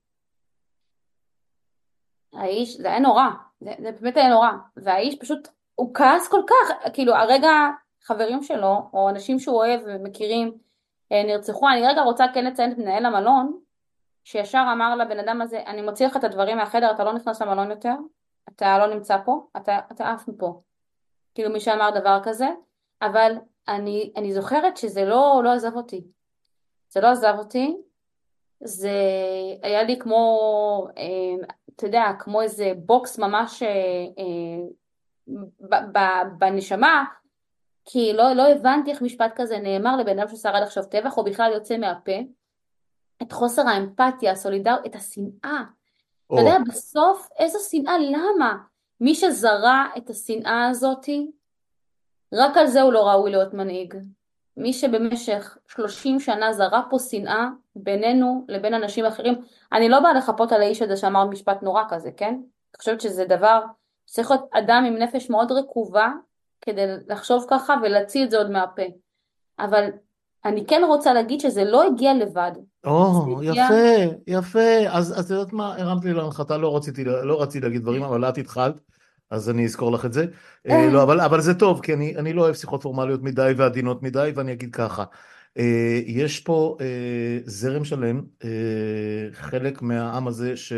[SPEAKER 2] האיש, זה היה נורא, זה, זה באמת היה נורא, והאיש פשוט, הוא כעס כל כך, כאילו הרגע חברים שלו, או אנשים שהוא אוהב ומכירים, אה, נרצחו. אני רגע רוצה כן לציין את מנהל המלון, שישר אמר לבן אדם הזה, אני מוציא לך את הדברים מהחדר, אתה לא נכנס למלון יותר, אתה לא נמצא פה, אתה, אתה עף מפה. כאילו מי שאמר דבר כזה, אבל אני, אני זוכרת שזה לא, לא עזב אותי. זה לא עזב אותי, זה היה לי כמו, אה, אתה יודע, כמו איזה בוקס ממש אה, אה, ב- ב- בנשמה, כי לא, לא הבנתי איך משפט כזה נאמר לבן אדם שעשה עד עכשיו טבח, או בכלל יוצא מהפה, את חוסר האמפתיה, הסולידר, את השנאה. אתה יודע,
[SPEAKER 1] או,
[SPEAKER 2] בסוף, איזו שנאה, למה? מי שזרע את השנאה הזאתי, רק על זה הוא לא ראוי להיות מנהיג. מי שבמשך שלושים שנה זרע פה שנאה בינינו לבין אנשים אחרים, אני לא באה לחפות על האיש הזה שאמר משפט נורא כזה, כן? אני חושבת שזה דבר, צריך להיות אדם עם נפש מאוד רקובה כדי לחשוב ככה ולהוציא את זה עוד מהפה. אבל אני כן רוצה להגיד שזה לא הגיע לבד. זה
[SPEAKER 1] או,
[SPEAKER 2] הגיע,
[SPEAKER 1] יפה, יפה. אז, אז את יודעת מה, הרמת לי להנחתה, לא רציתי, לא רציתי להגיד דברים, אבל את התחלת, אז אני אזכור לך את זה. אה, לא, אבל, אבל זה טוב, כי אני, אני לא אוהב שיחות פורמליות מדי ועדינות מדי, ואני אגיד ככה. אה, יש פה אה, זרם שלם, אה, חלק מהעם הזה, ש...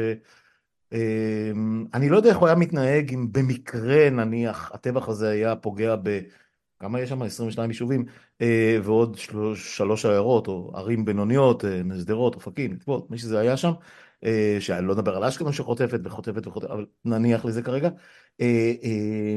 [SPEAKER 1] אה, אני לא יודע איך הוא היה מתנהג אם במקרה, נניח, הטבח הזה היה פוגע ב... כמה יש שם? עשרים ושניים יישובים, אה, ועוד שלוש, שלוש עיירות, או ערים בינוניות, אה, שדרות, אופקים, נתיבות, מי שזה היה שם, אה, שאני לא נדבר על אשקלון שחוטפת וחוטפת וחוטפת, אבל נניח לזה כרגע. אה, אה,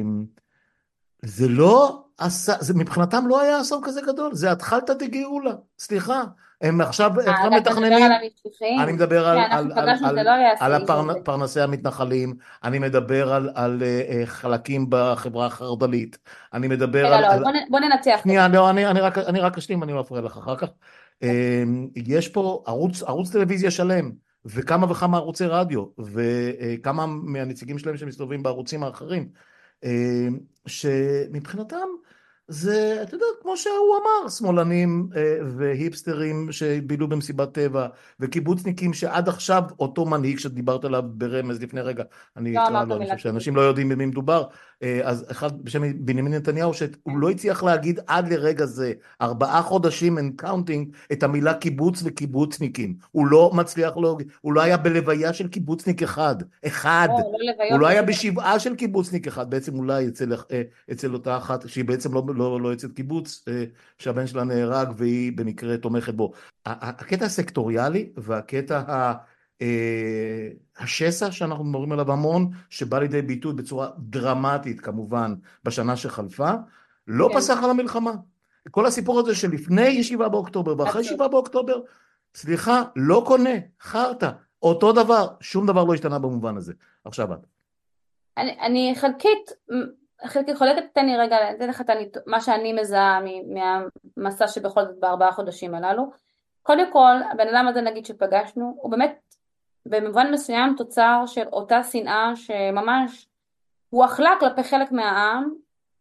[SPEAKER 1] זה לא עשה, זה מבחינתם לא היה אסון כזה גדול, זה התחלתא דגאולה, סליחה. הם עכשיו, הם
[SPEAKER 2] אה,
[SPEAKER 1] עכשיו
[SPEAKER 2] אתה מדבר על
[SPEAKER 1] מתכננים, אני
[SPEAKER 2] הנרצחים.
[SPEAKER 1] מדבר
[SPEAKER 2] כן,
[SPEAKER 1] על,
[SPEAKER 2] אנחנו
[SPEAKER 1] על, על,
[SPEAKER 2] פגשנו, זה
[SPEAKER 1] על,
[SPEAKER 2] לא היה
[SPEAKER 1] על
[SPEAKER 2] האיש הזה.
[SPEAKER 1] הפרנסי המתנחלים, אני מדבר על, על אה, אה, חלקים בחברה החרד"לית, אני מדבר
[SPEAKER 2] רגע,
[SPEAKER 1] על,
[SPEAKER 2] לא,
[SPEAKER 1] על
[SPEAKER 2] בוא נ- בוא ננתח את
[SPEAKER 1] שנייה,
[SPEAKER 2] הדברים.
[SPEAKER 1] לא, אני, אני רק, אני רק אשלים, אני לא אפריע לך אחר כך. אמ, יש פה ערוץ, ערוץ טלוויזיה שלם, וכמה וכמה ערוצי רדיו, וכמה מהנציגים שלהם שמסתובבים בערוצים האחרים, אמ, שמבחינתם זה, אתה יודע, כמו שהוא אמר, שמאלנים אה, והיפסטרים שבילו במסיבת טבע, וקיבוצניקים שעד עכשיו אותו מנהיג שדיברת עליו ברמז לפני רגע, אני
[SPEAKER 2] לא
[SPEAKER 1] אקרא
[SPEAKER 2] אמרת
[SPEAKER 1] לו, אני
[SPEAKER 2] מילה
[SPEAKER 1] חושב
[SPEAKER 2] קיבוץ.
[SPEAKER 1] שאנשים לא יודעים במי מדובר, אה, אז אחד בשם בנימין נתניהו, שהוא לא הצליח להגיד עד לרגע זה, ארבעה חודשים and counting, את המילה קיבוץ וקיבוצניקים. הוא לא מצליח להגיד, הוא לא היה בלוויה של קיבוצניק אחד, אחד.
[SPEAKER 2] לא, לא
[SPEAKER 1] הוא
[SPEAKER 2] לוויות,
[SPEAKER 1] לא
[SPEAKER 2] לא
[SPEAKER 1] היה
[SPEAKER 2] שום דבר.
[SPEAKER 1] בשבעה של קיבוצניק אחד, בעצם אולי אצל, אה, אצל אותה אחת, שהיא בעצם לא, לא, לא אצל קיבוץ, אה, שהבן שלה נהרג והיא במקרה תומכת בו. ה- ה- הקטע הסקטוריאלי והקטע ה... אה, השסע שאנחנו מדברים עליו המון, שבא לידי ביטוי בצורה דרמטית כמובן בשנה שחלפה, לא
[SPEAKER 2] כן,
[SPEAKER 1] פסח על המלחמה. כל הסיפור הזה שלפני שבעה באוקטובר ואחרי
[SPEAKER 2] עצוב.
[SPEAKER 1] שבעה באוקטובר, סליחה, לא קונה, חרטא, אותו דבר, שום דבר לא השתנה במובן הזה. עכשיו את.
[SPEAKER 2] אני, אני חלקית, חלקית חולקת, תן לי רגע, תן לך את הניתוח, מה שאני מזהה מ- מהמסע שבכל זאת בארבעה חודשים הללו. קודם כל, הבן אדם הזה נגיד שפגשנו, הוא באמת במובן מסוים תוצר של אותה שנאה שממש הוא אכלה כלפי חלק מהעם,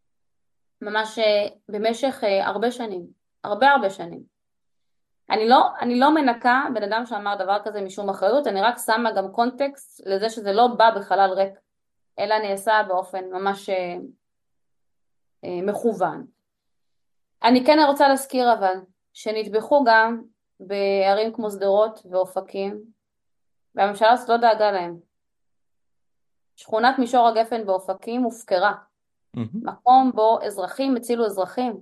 [SPEAKER 2] ממש אה, במשך אה, הרבה שנים, הרבה הרבה שנים. אני לא, אני לא מנקה בן אדם שאמר דבר כזה משום אחריות, אני רק שמה גם קונטקסט לזה שזה לא בא בחלל ריק, אלא נעשה באופן ממש אה, אה, מכוון. אני כן רוצה להזכיר אבל, שנטבחו גם בערים כמו שדרות ואופקים, והממשלה הזאת לא דאגה להם. שכונת מישור הגפן באופקים הופקרה,
[SPEAKER 1] מהמם.
[SPEAKER 2] מקום בו אזרחים הצילו אזרחים.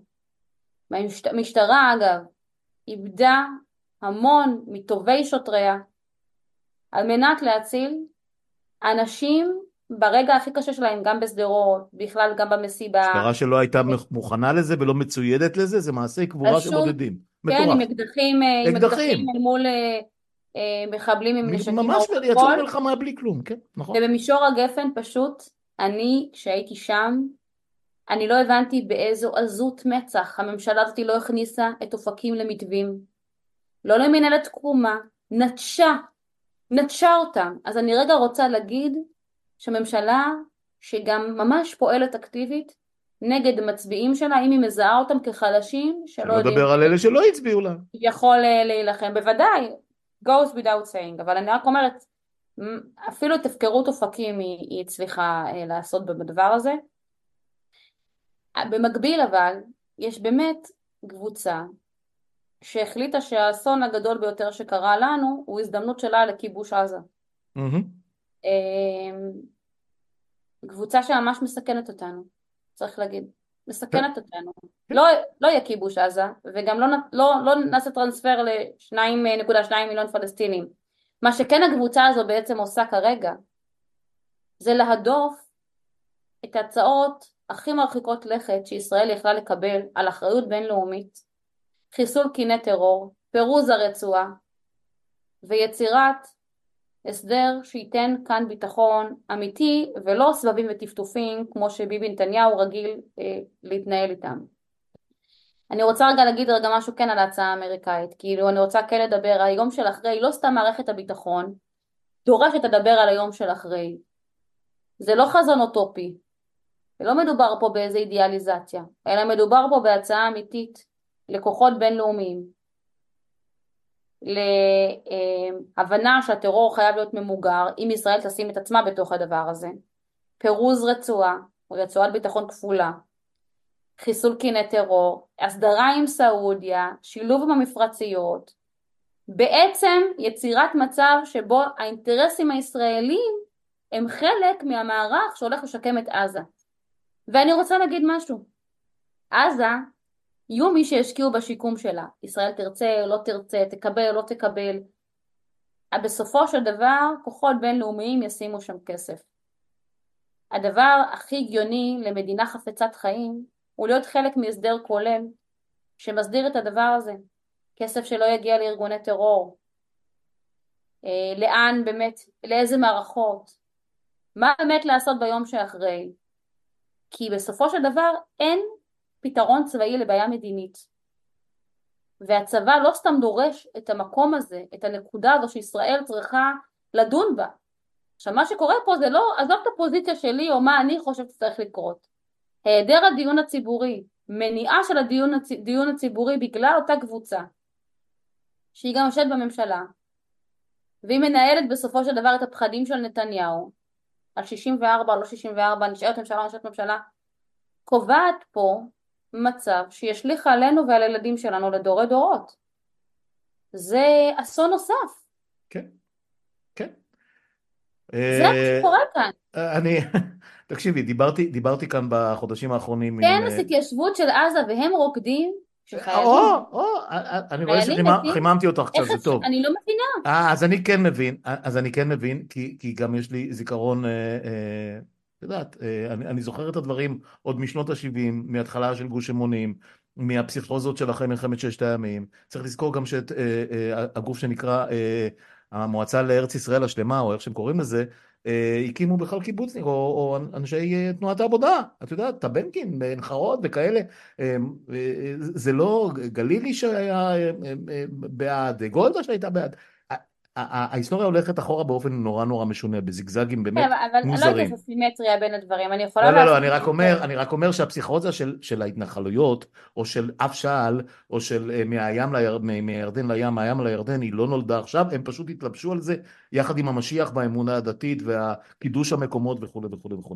[SPEAKER 2] המשטרה אגב, איבדה המון מטובי שוטריה על מנת להציל אנשים ברגע הכי קשה שלהם, גם בשדרות, בכלל גם במסיבה,
[SPEAKER 1] משטרה שלא הייתה מוכנה לזה ולא מצוידת לזה, זה מעשי קבורה של
[SPEAKER 2] פשוט,
[SPEAKER 1] בודדים.
[SPEAKER 2] כן, עם
[SPEAKER 1] מטורף.
[SPEAKER 2] אקדחים, אה, עם אקדחים
[SPEAKER 1] אקדחים.
[SPEAKER 2] אל מול אה, אה, מחבלים עם נשקים
[SPEAKER 1] ממש
[SPEAKER 2] ארוכי
[SPEAKER 1] יצאו
[SPEAKER 2] כל,
[SPEAKER 1] למלחמה בלי כלום, כן, נכון.
[SPEAKER 2] ובמישור הגפן פשוט, אני, כשהייתי שם, אני לא הבנתי באיזו עזות מצח הממשלה הזאת לא הכניסה את אופקים למתווים, לא למנהלת תקומה, נטשה, נטשה אותם. אז אני רגע רוצה להגיד שממשלה שגם ממש פועלת אקטיבית נגד מצביעים שלה, אם היא מזהה אותם כחלשים שלא
[SPEAKER 1] שלא
[SPEAKER 2] יודעים
[SPEAKER 1] לדבר על אלה שלא הצביעו לה.
[SPEAKER 2] יכול אה, להילחם, בוודאי, goes without saying, אבל אני רק אומרת, מ- אפילו את הפקרות אופקים היא, היא הצליחה אה, לעשות בדבר הזה. במקביל אבל, יש באמת קבוצה שהחליטה שהאסון הגדול ביותר שקרה לנו הוא הזדמנות שלה לכיבוש עזה.
[SPEAKER 1] מהמם.
[SPEAKER 2] אה, קבוצה שממש מסכנת אותנו, צריך להגיד. מסכנת אותנו. לא, לא יהיה כיבוש עזה, וגם לא, נ- לא, לא נעשה טרנספר ל-שתיים נקודה שתיים מיליון פלסטינים. מה שכן הקבוצה הזו בעצם עושה כרגע, זה להדוף את ההצעות הכי מרחיקות לכת שישראל יכלה לקבל על אחריות בינלאומית, חיסול קיני טרור, פירוז הרצועה, ויצירת הסדר שייתן כאן ביטחון אמיתי, ולא סבבים וטפטופים כמו שביבי נתניהו רגיל אה, להתנהל איתם. אני רוצה רגע להגיד רגע משהו כן על ההצעה האמריקאית, כאילו אני רוצה כן לדבר על היום של אחרי, לא סתם מערכת הביטחון דורשת לדבר על היום של אחרי. זה לא חזון אוטופי, ולא מדובר פה באיזה אידיאליזציה, אלא מדובר פה בהצעה אמיתית לכוחות בינלאומיים, להבנה שהטרור חייב להיות ממוגר, אם ישראל תשים את עצמה בתוך הדבר הזה, פירוז רצועה, רצועת ביטחון כפולה, חיסול קיני טרור, הסדרה עם סעודיה, שילוב עם המפרציות, בעצם יצירת מצב שבו האינטרסים הישראלים הם חלק מהמערך שהולך לשקם את עזה. ואני רוצה להגיד משהו, עזה יהיו מי שהשקיעו בשיקום שלה, ישראל תרצה, לא תרצה, תקבל, לא תקבל, בסופו של דבר כוחות בינלאומיים ישימו שם כסף. הדבר הכי הגיוני למדינה חפצת חיים הוא להיות חלק מהסדר כולל שמסדיר את הדבר הזה. כסף שלא יגיע לארגוני טרור, אה, לאן באמת, לאיזה מערכות, מה באמת לעשות ביום שאחרי. כי בסופו של דבר אין פתרון צבאי לבעיה מדינית. והצבא לא סתם דורש את המקום הזה, את הנקודה הזו שישראל צריכה לדון בה. עכשיו מה שקורה פה זה לא, עזוב את הפוזיציה שלי או מה אני חושבת שצריך לקרות. היעדר הדיון הציבורי, מניעה של הדיון, הדיון הציבורי בגלל אותה קבוצה, שהיא גם יושבת בממשלה, והיא מנהלת בסופו של דבר את הפחדים של נתניהו, על שישים וארבע, לא שישים וארבע, נשארת ממשלה, נשארת ממשלה, קובעת פה מצב שישליך עלינו ועל הילדים שלנו לדורי דורות. זה אסון נוסף.
[SPEAKER 1] כן, כן.
[SPEAKER 2] זה מה שקורה כאן.
[SPEAKER 1] אני, תקשיבי, דיברתי, דיברתי כאן בחודשים האחרונים עם...
[SPEAKER 2] כנס התיישבות של עזה והם רוקדים,
[SPEAKER 1] או,
[SPEAKER 2] שחיילים,
[SPEAKER 1] או, אני רואה
[SPEAKER 2] חיילים מתים,
[SPEAKER 1] שחיממתי אותך קצת,
[SPEAKER 2] איך
[SPEAKER 1] זה
[SPEAKER 2] אפשר,
[SPEAKER 1] טוב.
[SPEAKER 2] אני לא מבינה.
[SPEAKER 1] אה, אז אני כן מבין, אז אני כן מבין, כי, כי גם יש לי זיכרון, אה, אה, את יודעת, אה, אני, אני זוכר את הדברים עוד משנות ה-שבעים, מהתחלה של גוש אמונים, מהפסיכוזות של אחרי מלחמת ששת הימים. צריך לזכור גם שאת אה, אה, הגוף שנקרא אה, המועצה לארץ ישראל השלמה, או איך שהם קוראים לזה, אה, הקימו בכלל קיבוצניק, או, או אנשי אה, תנועת העבודה, את יודעת, טבנקין, עין חרוד וכאלה, אה, אה, זה לא גלילי שהיה אה, אה, אה, בעד, גולדה שהייתה בעד. ההיסטוריה הולכת אחורה באופן נורא נורא משונה, בזיגזגים
[SPEAKER 2] כן,
[SPEAKER 1] באמת
[SPEAKER 2] אבל לא הייתה
[SPEAKER 1] מוזרים.
[SPEAKER 2] איזו סימטריה בין הדברים, אני
[SPEAKER 1] לא,
[SPEAKER 2] יכולה
[SPEAKER 1] לא, לא,
[SPEAKER 2] לעשות
[SPEAKER 1] אני
[SPEAKER 2] את
[SPEAKER 1] רק
[SPEAKER 2] זה.
[SPEAKER 1] אומר, אני רק אומר שהפסיכוזה של, של ההתנחלויות, או של אף שעל, או של אה, מהים ליר, מ- מהירדן לים, מהים לירדן, היא לא נולדה עכשיו, הם פשוט התלבשו על זה, יחד עם המשיח באמונה הדתית, והקידוש המקומות וכו' וכו' וכו'.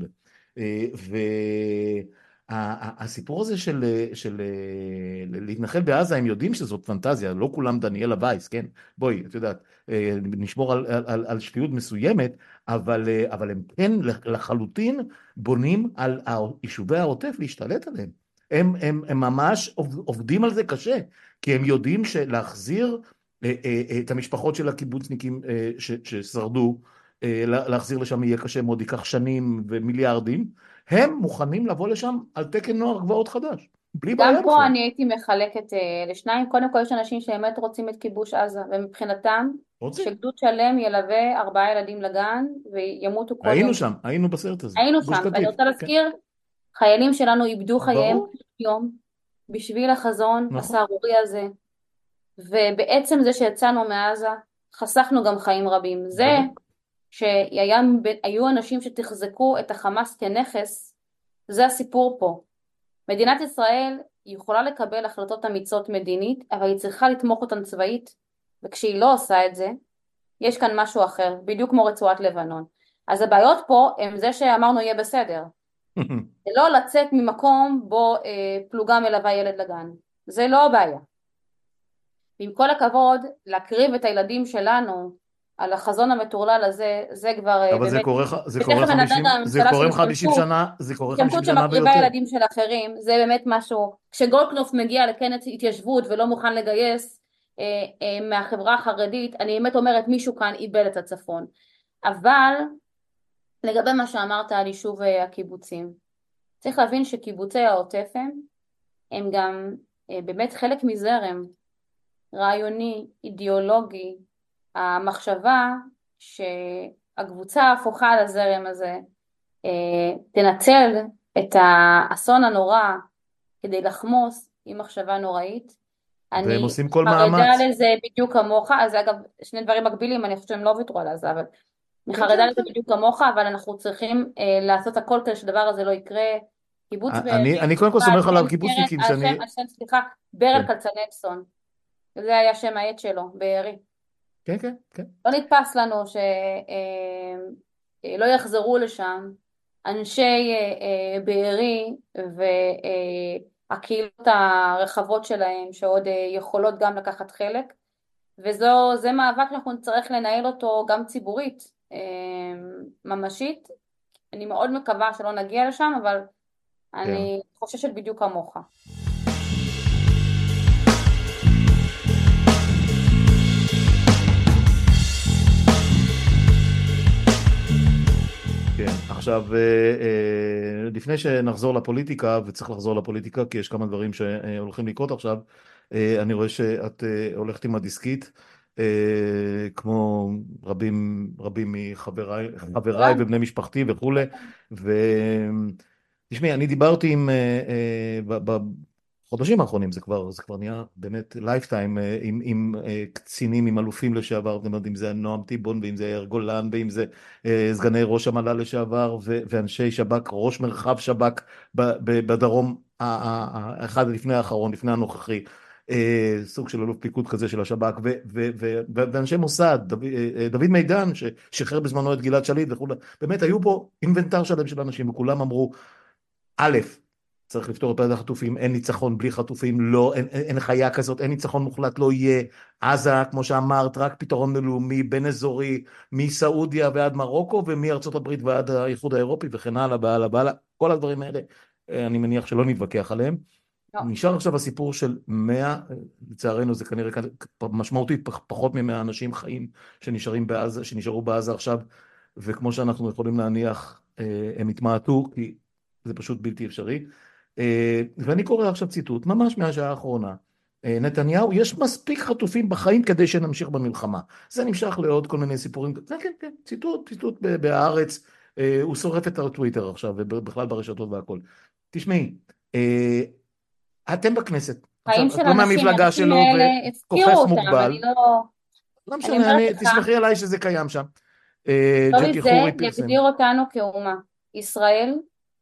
[SPEAKER 1] והסיפור הזה של, של אה, להתנחל בעזה, הם יודעים שזאת פנטזיה, לא כולם דניאלה וייס, כן? בואי, את יודעת, אה, נשמור על, על, על שפיות מסוימת, אבל, אה, אבל הם כן לחלוטין בונים על יישובי העוטף להשתלט עליהם. הם, הם, הם ממש עובדים על זה קשה, כי הם יודעים שלהחזיר אה, אה, את המשפחות של הקיבוצניקים אה, ש, ששרדו, אה, להחזיר לשם יהיה קשה מאוד, ייקח שנים ומיליארדים, הם מוכנים לבוא לשם על תקן נוער גבעות חדש, בלי
[SPEAKER 2] גם
[SPEAKER 1] בעיה
[SPEAKER 2] פה
[SPEAKER 1] בכלל.
[SPEAKER 2] אני הייתי מחלקת אה, לשניים, קודם כל יש אנשים שבאמת רוצים את כיבוש עזה, ומבחינתם
[SPEAKER 1] רוצים.
[SPEAKER 2] שגדוד שלם ילווה ארבעה ילדים לגן וימותו כל
[SPEAKER 1] היינו
[SPEAKER 2] יום.
[SPEAKER 1] שם, היינו בסרט הזה,
[SPEAKER 2] היינו
[SPEAKER 1] גוש
[SPEAKER 2] שם, ואני
[SPEAKER 1] קטיף,
[SPEAKER 2] רוצה
[SPEAKER 1] כן,
[SPEAKER 2] להזכיר, חיילים שלנו איבדו חייהם
[SPEAKER 1] ברור,
[SPEAKER 2] כל יום בשביל החזון
[SPEAKER 1] נכון,
[SPEAKER 2] הסהרורי הזה, ובעצם זה שיצאנו מעזה חסכנו גם חיים רבים. זה
[SPEAKER 1] בוודאי.
[SPEAKER 2] שהיו אנשים שתחזקו את החמאס כנכס, זה הסיפור פה. מדינת ישראל יכולה לקבל החלטות אמיצות מדינית, אבל היא צריכה לתמוך אותן צבאית, וכשהיא לא עושה את זה, יש כאן משהו אחר, בדיוק כמו רצועת לבנון. אז הבעיות פה הם זה שאמרנו יהיה בסדר. זה לא לצאת ממקום בו אה, פלוגה מלווה ילד לגן. זה לא הבעיה. ועם כל הכבוד, להקריב את הילדים שלנו על החזון המטורלל הזה, זה כבר אה,
[SPEAKER 1] אבל זה
[SPEAKER 2] באמת,
[SPEAKER 1] קורה, ח- זה קורה
[SPEAKER 2] ותכף נדבר
[SPEAKER 1] חמישים,
[SPEAKER 2] גם על
[SPEAKER 1] זה
[SPEAKER 2] הממשלה של
[SPEAKER 1] קורה חמישים
[SPEAKER 2] השתמטות,
[SPEAKER 1] שנה, זה קורה חמישים
[SPEAKER 2] השתמטות
[SPEAKER 1] שנה
[SPEAKER 2] שמקריבה
[SPEAKER 1] ויותר.
[SPEAKER 2] ילדים של אחרים, זה באמת משהו, כשגולדקנופ מגיע לכנס התיישבות ולא מוכן לגייס אה, אה, מהחברה החרדית, אני באמת אומרת מישהו כאן איבד את הצפון. אבל לגבי מה שאמרת על יישוב אה, הקיבוצים, צריך להבין שקיבוצי העוטף הם, הם גם אה, באמת חלק מזרם רעיוני, אידיאולוגי, המחשבה שהקבוצה ההפוכה לזרם הזה אה, תנצל את האסון הנורא כדי לחמוס, היא מחשבה נוראית.
[SPEAKER 1] והם
[SPEAKER 2] אני
[SPEAKER 1] עושים כל
[SPEAKER 2] חרדה
[SPEAKER 1] מאמץ.
[SPEAKER 2] לזה בדיוק כמוך, אז אגב שני דברים מקבילים, אני חושבת שהם לא ויתרו על עזה, אבל אני
[SPEAKER 1] כן,
[SPEAKER 2] חרדה
[SPEAKER 1] כן,
[SPEAKER 2] לזה
[SPEAKER 1] כן.
[SPEAKER 2] בדיוק כמוך, אבל אנחנו צריכים אה, לעשות הכל כדי שהדבר הזה לא יקרה. קיבוץ
[SPEAKER 1] אני,
[SPEAKER 2] בארי,
[SPEAKER 1] אני קודם כל
[SPEAKER 2] על
[SPEAKER 1] סומך על
[SPEAKER 2] שם קרן,
[SPEAKER 1] הקיבוצניקים
[SPEAKER 2] על שם,
[SPEAKER 1] שאני...
[SPEAKER 2] על שם, סליחה, ברל
[SPEAKER 1] כן,
[SPEAKER 2] כצנלסון, זה היה שם העט שלו, בארי.
[SPEAKER 1] כן, כן, כן.
[SPEAKER 2] לא נתפס לנו שלא יחזרו לשם אנשי אה, אה, בארי והקהילות הרחבות שלהם שעוד אה, יכולות גם לקחת חלק, וזה מאבק שאנחנו נצטרך לנהל אותו גם ציבורית, אה, ממשית. אני מאוד מקווה שלא נגיע לשם, אבל
[SPEAKER 1] כן.
[SPEAKER 2] אני חוששת בדיוק כמוך.
[SPEAKER 1] כן, עכשיו, אה, אה, לפני שנחזור לפוליטיקה, וצריך לחזור לפוליטיקה, כי יש כמה דברים שהולכים לקרות עכשיו, אה, אני רואה שאת אה, הולכת עם הדיסקית, אה, כמו רבים, רבים מחבריי, חבריי
[SPEAKER 2] כולם.
[SPEAKER 1] ובני משפחתי וכולי, ותשמעי, אני דיברתי עם, אה, אה, ב- בחודשים האחרונים, זה כבר, זה כבר נהיה באמת לייפטיים, אה, עם, עם אה, קצינים, עם אלופים לשעבר, זאת אומרת, אם זה נועם טיבון, ואם זה יאיר גולן, ואם זה אה, סגני ראש המל"ל לשעבר ו- ואנשי שב"כ, ראש מרחב שב"כ ב- ב- בדרום, ה- ה- ה- האחד לפני האחרון, לפני הנוכחי, אה, סוג של אלוף פיקוד כזה של השב"כ, ו- ו- ו- ו- ואנשי מוסד, דוד, אה, אה, דוד מידן ששחרר בזמנו את גלעד שליט וכו', באמת היו פה אינבנטר שלם של אנשים, וכולם אמרו, א', צריך לפתור את בעיית החטופים, אין ניצחון בלי חטופים, לא, אין, אין, אין חיה כזאת, אין ניצחון מוחלט, לא יהיה. עזה, כמו שאמרת, רק פתרון לאומי, בין אזורי, מסעודיה ועד מרוקו, ומארצות הברית ועד האיחוד האירופי, וכן הלאה, והלאה, והלאה. כל הדברים האלה, אה, אני מניח שלא נתווכח עליהם.
[SPEAKER 2] לא.
[SPEAKER 1] נשאר עכשיו הסיפור של מאה, לצערנו זה כנראה משמעותית פחות ממאה אנשים חיים שנשארים בעזה, שנשארו בעזה עכשיו, וכמו שאנחנו יכולים להניח, אה, הם התמעטו, כי זה פשוט בלתי אפשרי. אה, ואני קורא עכשיו ציטוט, ממש מהשעה האחרונה. אה, נתניהו, יש מספיק חטופים בחיים כדי שנמשיך במלחמה. זה נמשך לעוד כל מיני סיפורים. כן, כן, כן, ציטוט, ציטוט בהארץ. אה, הוא שורף את הטוויטר עכשיו, ובכלל ברשתות והכל. תשמעי, אה, אתם בכנסת.
[SPEAKER 2] חיים
[SPEAKER 1] עכשיו,
[SPEAKER 2] של
[SPEAKER 1] את לא
[SPEAKER 2] אנשים,
[SPEAKER 1] מהמפלגה
[SPEAKER 2] האנשים
[SPEAKER 1] שלו
[SPEAKER 2] האלה הפקירו
[SPEAKER 1] וכוחך
[SPEAKER 2] אותם, אני
[SPEAKER 1] מוגבל.
[SPEAKER 2] לא,
[SPEAKER 1] לא
[SPEAKER 2] אני
[SPEAKER 1] משנה,
[SPEAKER 2] אומרת
[SPEAKER 1] אני,
[SPEAKER 2] לך,
[SPEAKER 1] תסמכי עליי שזה קיים שם. אה,
[SPEAKER 2] לא
[SPEAKER 1] ג'קי
[SPEAKER 2] מזה
[SPEAKER 1] חורי פרסם.
[SPEAKER 2] יגדיר אותנו כאומה. ישראל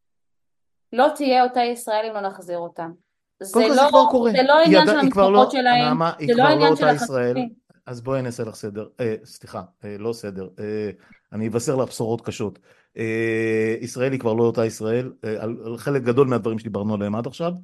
[SPEAKER 2] לא תהיה אותה ישראל אם לא נחזיר אותם.
[SPEAKER 1] קודם
[SPEAKER 2] זה
[SPEAKER 1] כל
[SPEAKER 2] לא,
[SPEAKER 1] זה כבר קורה.
[SPEAKER 2] זה לא
[SPEAKER 1] היא,
[SPEAKER 2] עניין
[SPEAKER 1] יד...
[SPEAKER 2] של
[SPEAKER 1] היא כבר
[SPEAKER 2] המשפחות
[SPEAKER 1] לא,
[SPEAKER 2] שלהם,
[SPEAKER 1] נעמה, היא
[SPEAKER 2] זה לא
[SPEAKER 1] כבר לא
[SPEAKER 2] עניין של
[SPEAKER 1] אותה ישראל.
[SPEAKER 2] החטופים.
[SPEAKER 1] אז בואי נעשה לך סדר. אה, סליחה, אה, לא סדר. אה, אני אבשר לך בשורות קשות. אה, ישראל היא כבר לא אותה ישראל, אה, על, על חלק גדול מהדברים שדיברנו עליהם עד עכשיו,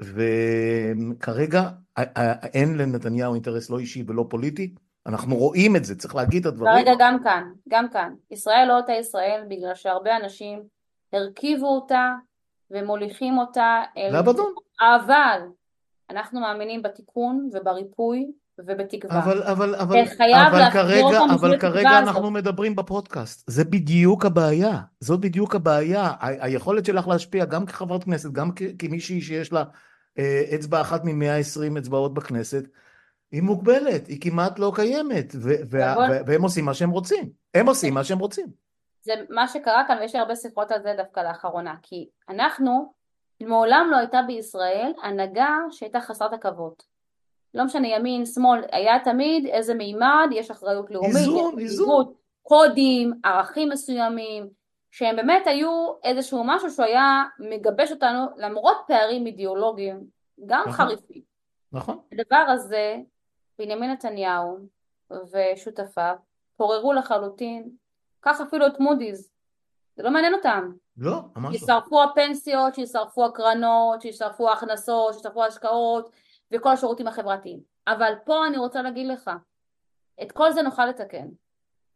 [SPEAKER 1] וכרגע אה, אה, אין לנתניהו אינטרס לא אישי ולא פוליטי. אנחנו רואים את זה, צריך להגיד את הדברים.
[SPEAKER 2] כרגע גם כאן, גם כאן. ישראל לא אותה ישראל בגלל שהרבה אנשים הרכיבו אותה ומוליכים אותה אל
[SPEAKER 1] לאבדון.
[SPEAKER 2] תהום. אבל אנחנו מאמינים בתיקון ובריפוי ובתקווה.
[SPEAKER 1] אבל, אבל, אבל,
[SPEAKER 2] וחייב
[SPEAKER 1] אבל
[SPEAKER 2] להחזיר
[SPEAKER 1] כרגע,
[SPEAKER 2] אותם בשביל
[SPEAKER 1] אבל כרגע
[SPEAKER 2] התקווה הזאת.
[SPEAKER 1] אנחנו מדברים בפודקאסט. זה בדיוק הבעיה. זאת בדיוק הבעיה. ה- היכולת שלך להשפיע גם כחברת כנסת, גם כ- כמישהי שיש לה אה, אצבע אחת מ-מאה ועשרים אצבעות בכנסת, היא מוגבלת, היא כמעט לא קיימת. ו- וה-
[SPEAKER 2] אבל
[SPEAKER 1] ו- והם עושים מה שהם רוצים. הם עושים מה שהם רוצים.
[SPEAKER 2] זה מה שקרה כאן, ויש לי הרבה שיחות על זה דווקא לאחרונה, כי אנחנו, מעולם לא הייתה בישראל הנהגה שהייתה חסרת עכבות. לא משנה ימין, שמאל, היה תמיד איזה מימד, יש אחריות לאומית, יש
[SPEAKER 1] איזון, איזון.
[SPEAKER 2] מנהיגות, קודים, ערכים מסוימים, שהם באמת היו איזשהו משהו שהוא היה מגבש אותנו, למרות פערים אידיאולוגיים, גם
[SPEAKER 1] נכון,
[SPEAKER 2] חריפים.
[SPEAKER 1] נכון.
[SPEAKER 2] הדבר הזה, בנימין נתניהו ושותפיו, פוררו לחלוטין, כך אפילו את מודי'ס, זה לא מעניין אותם.
[SPEAKER 1] לא, ממש לא.
[SPEAKER 2] שישרפו הפנסיות, שישרפו הקרנות, שישרפו ההכנסות, שישרפו ההשקעות וכל השירותים החברתיים. אבל פה אני רוצה להגיד לך, את כל זה נוכל לתקן.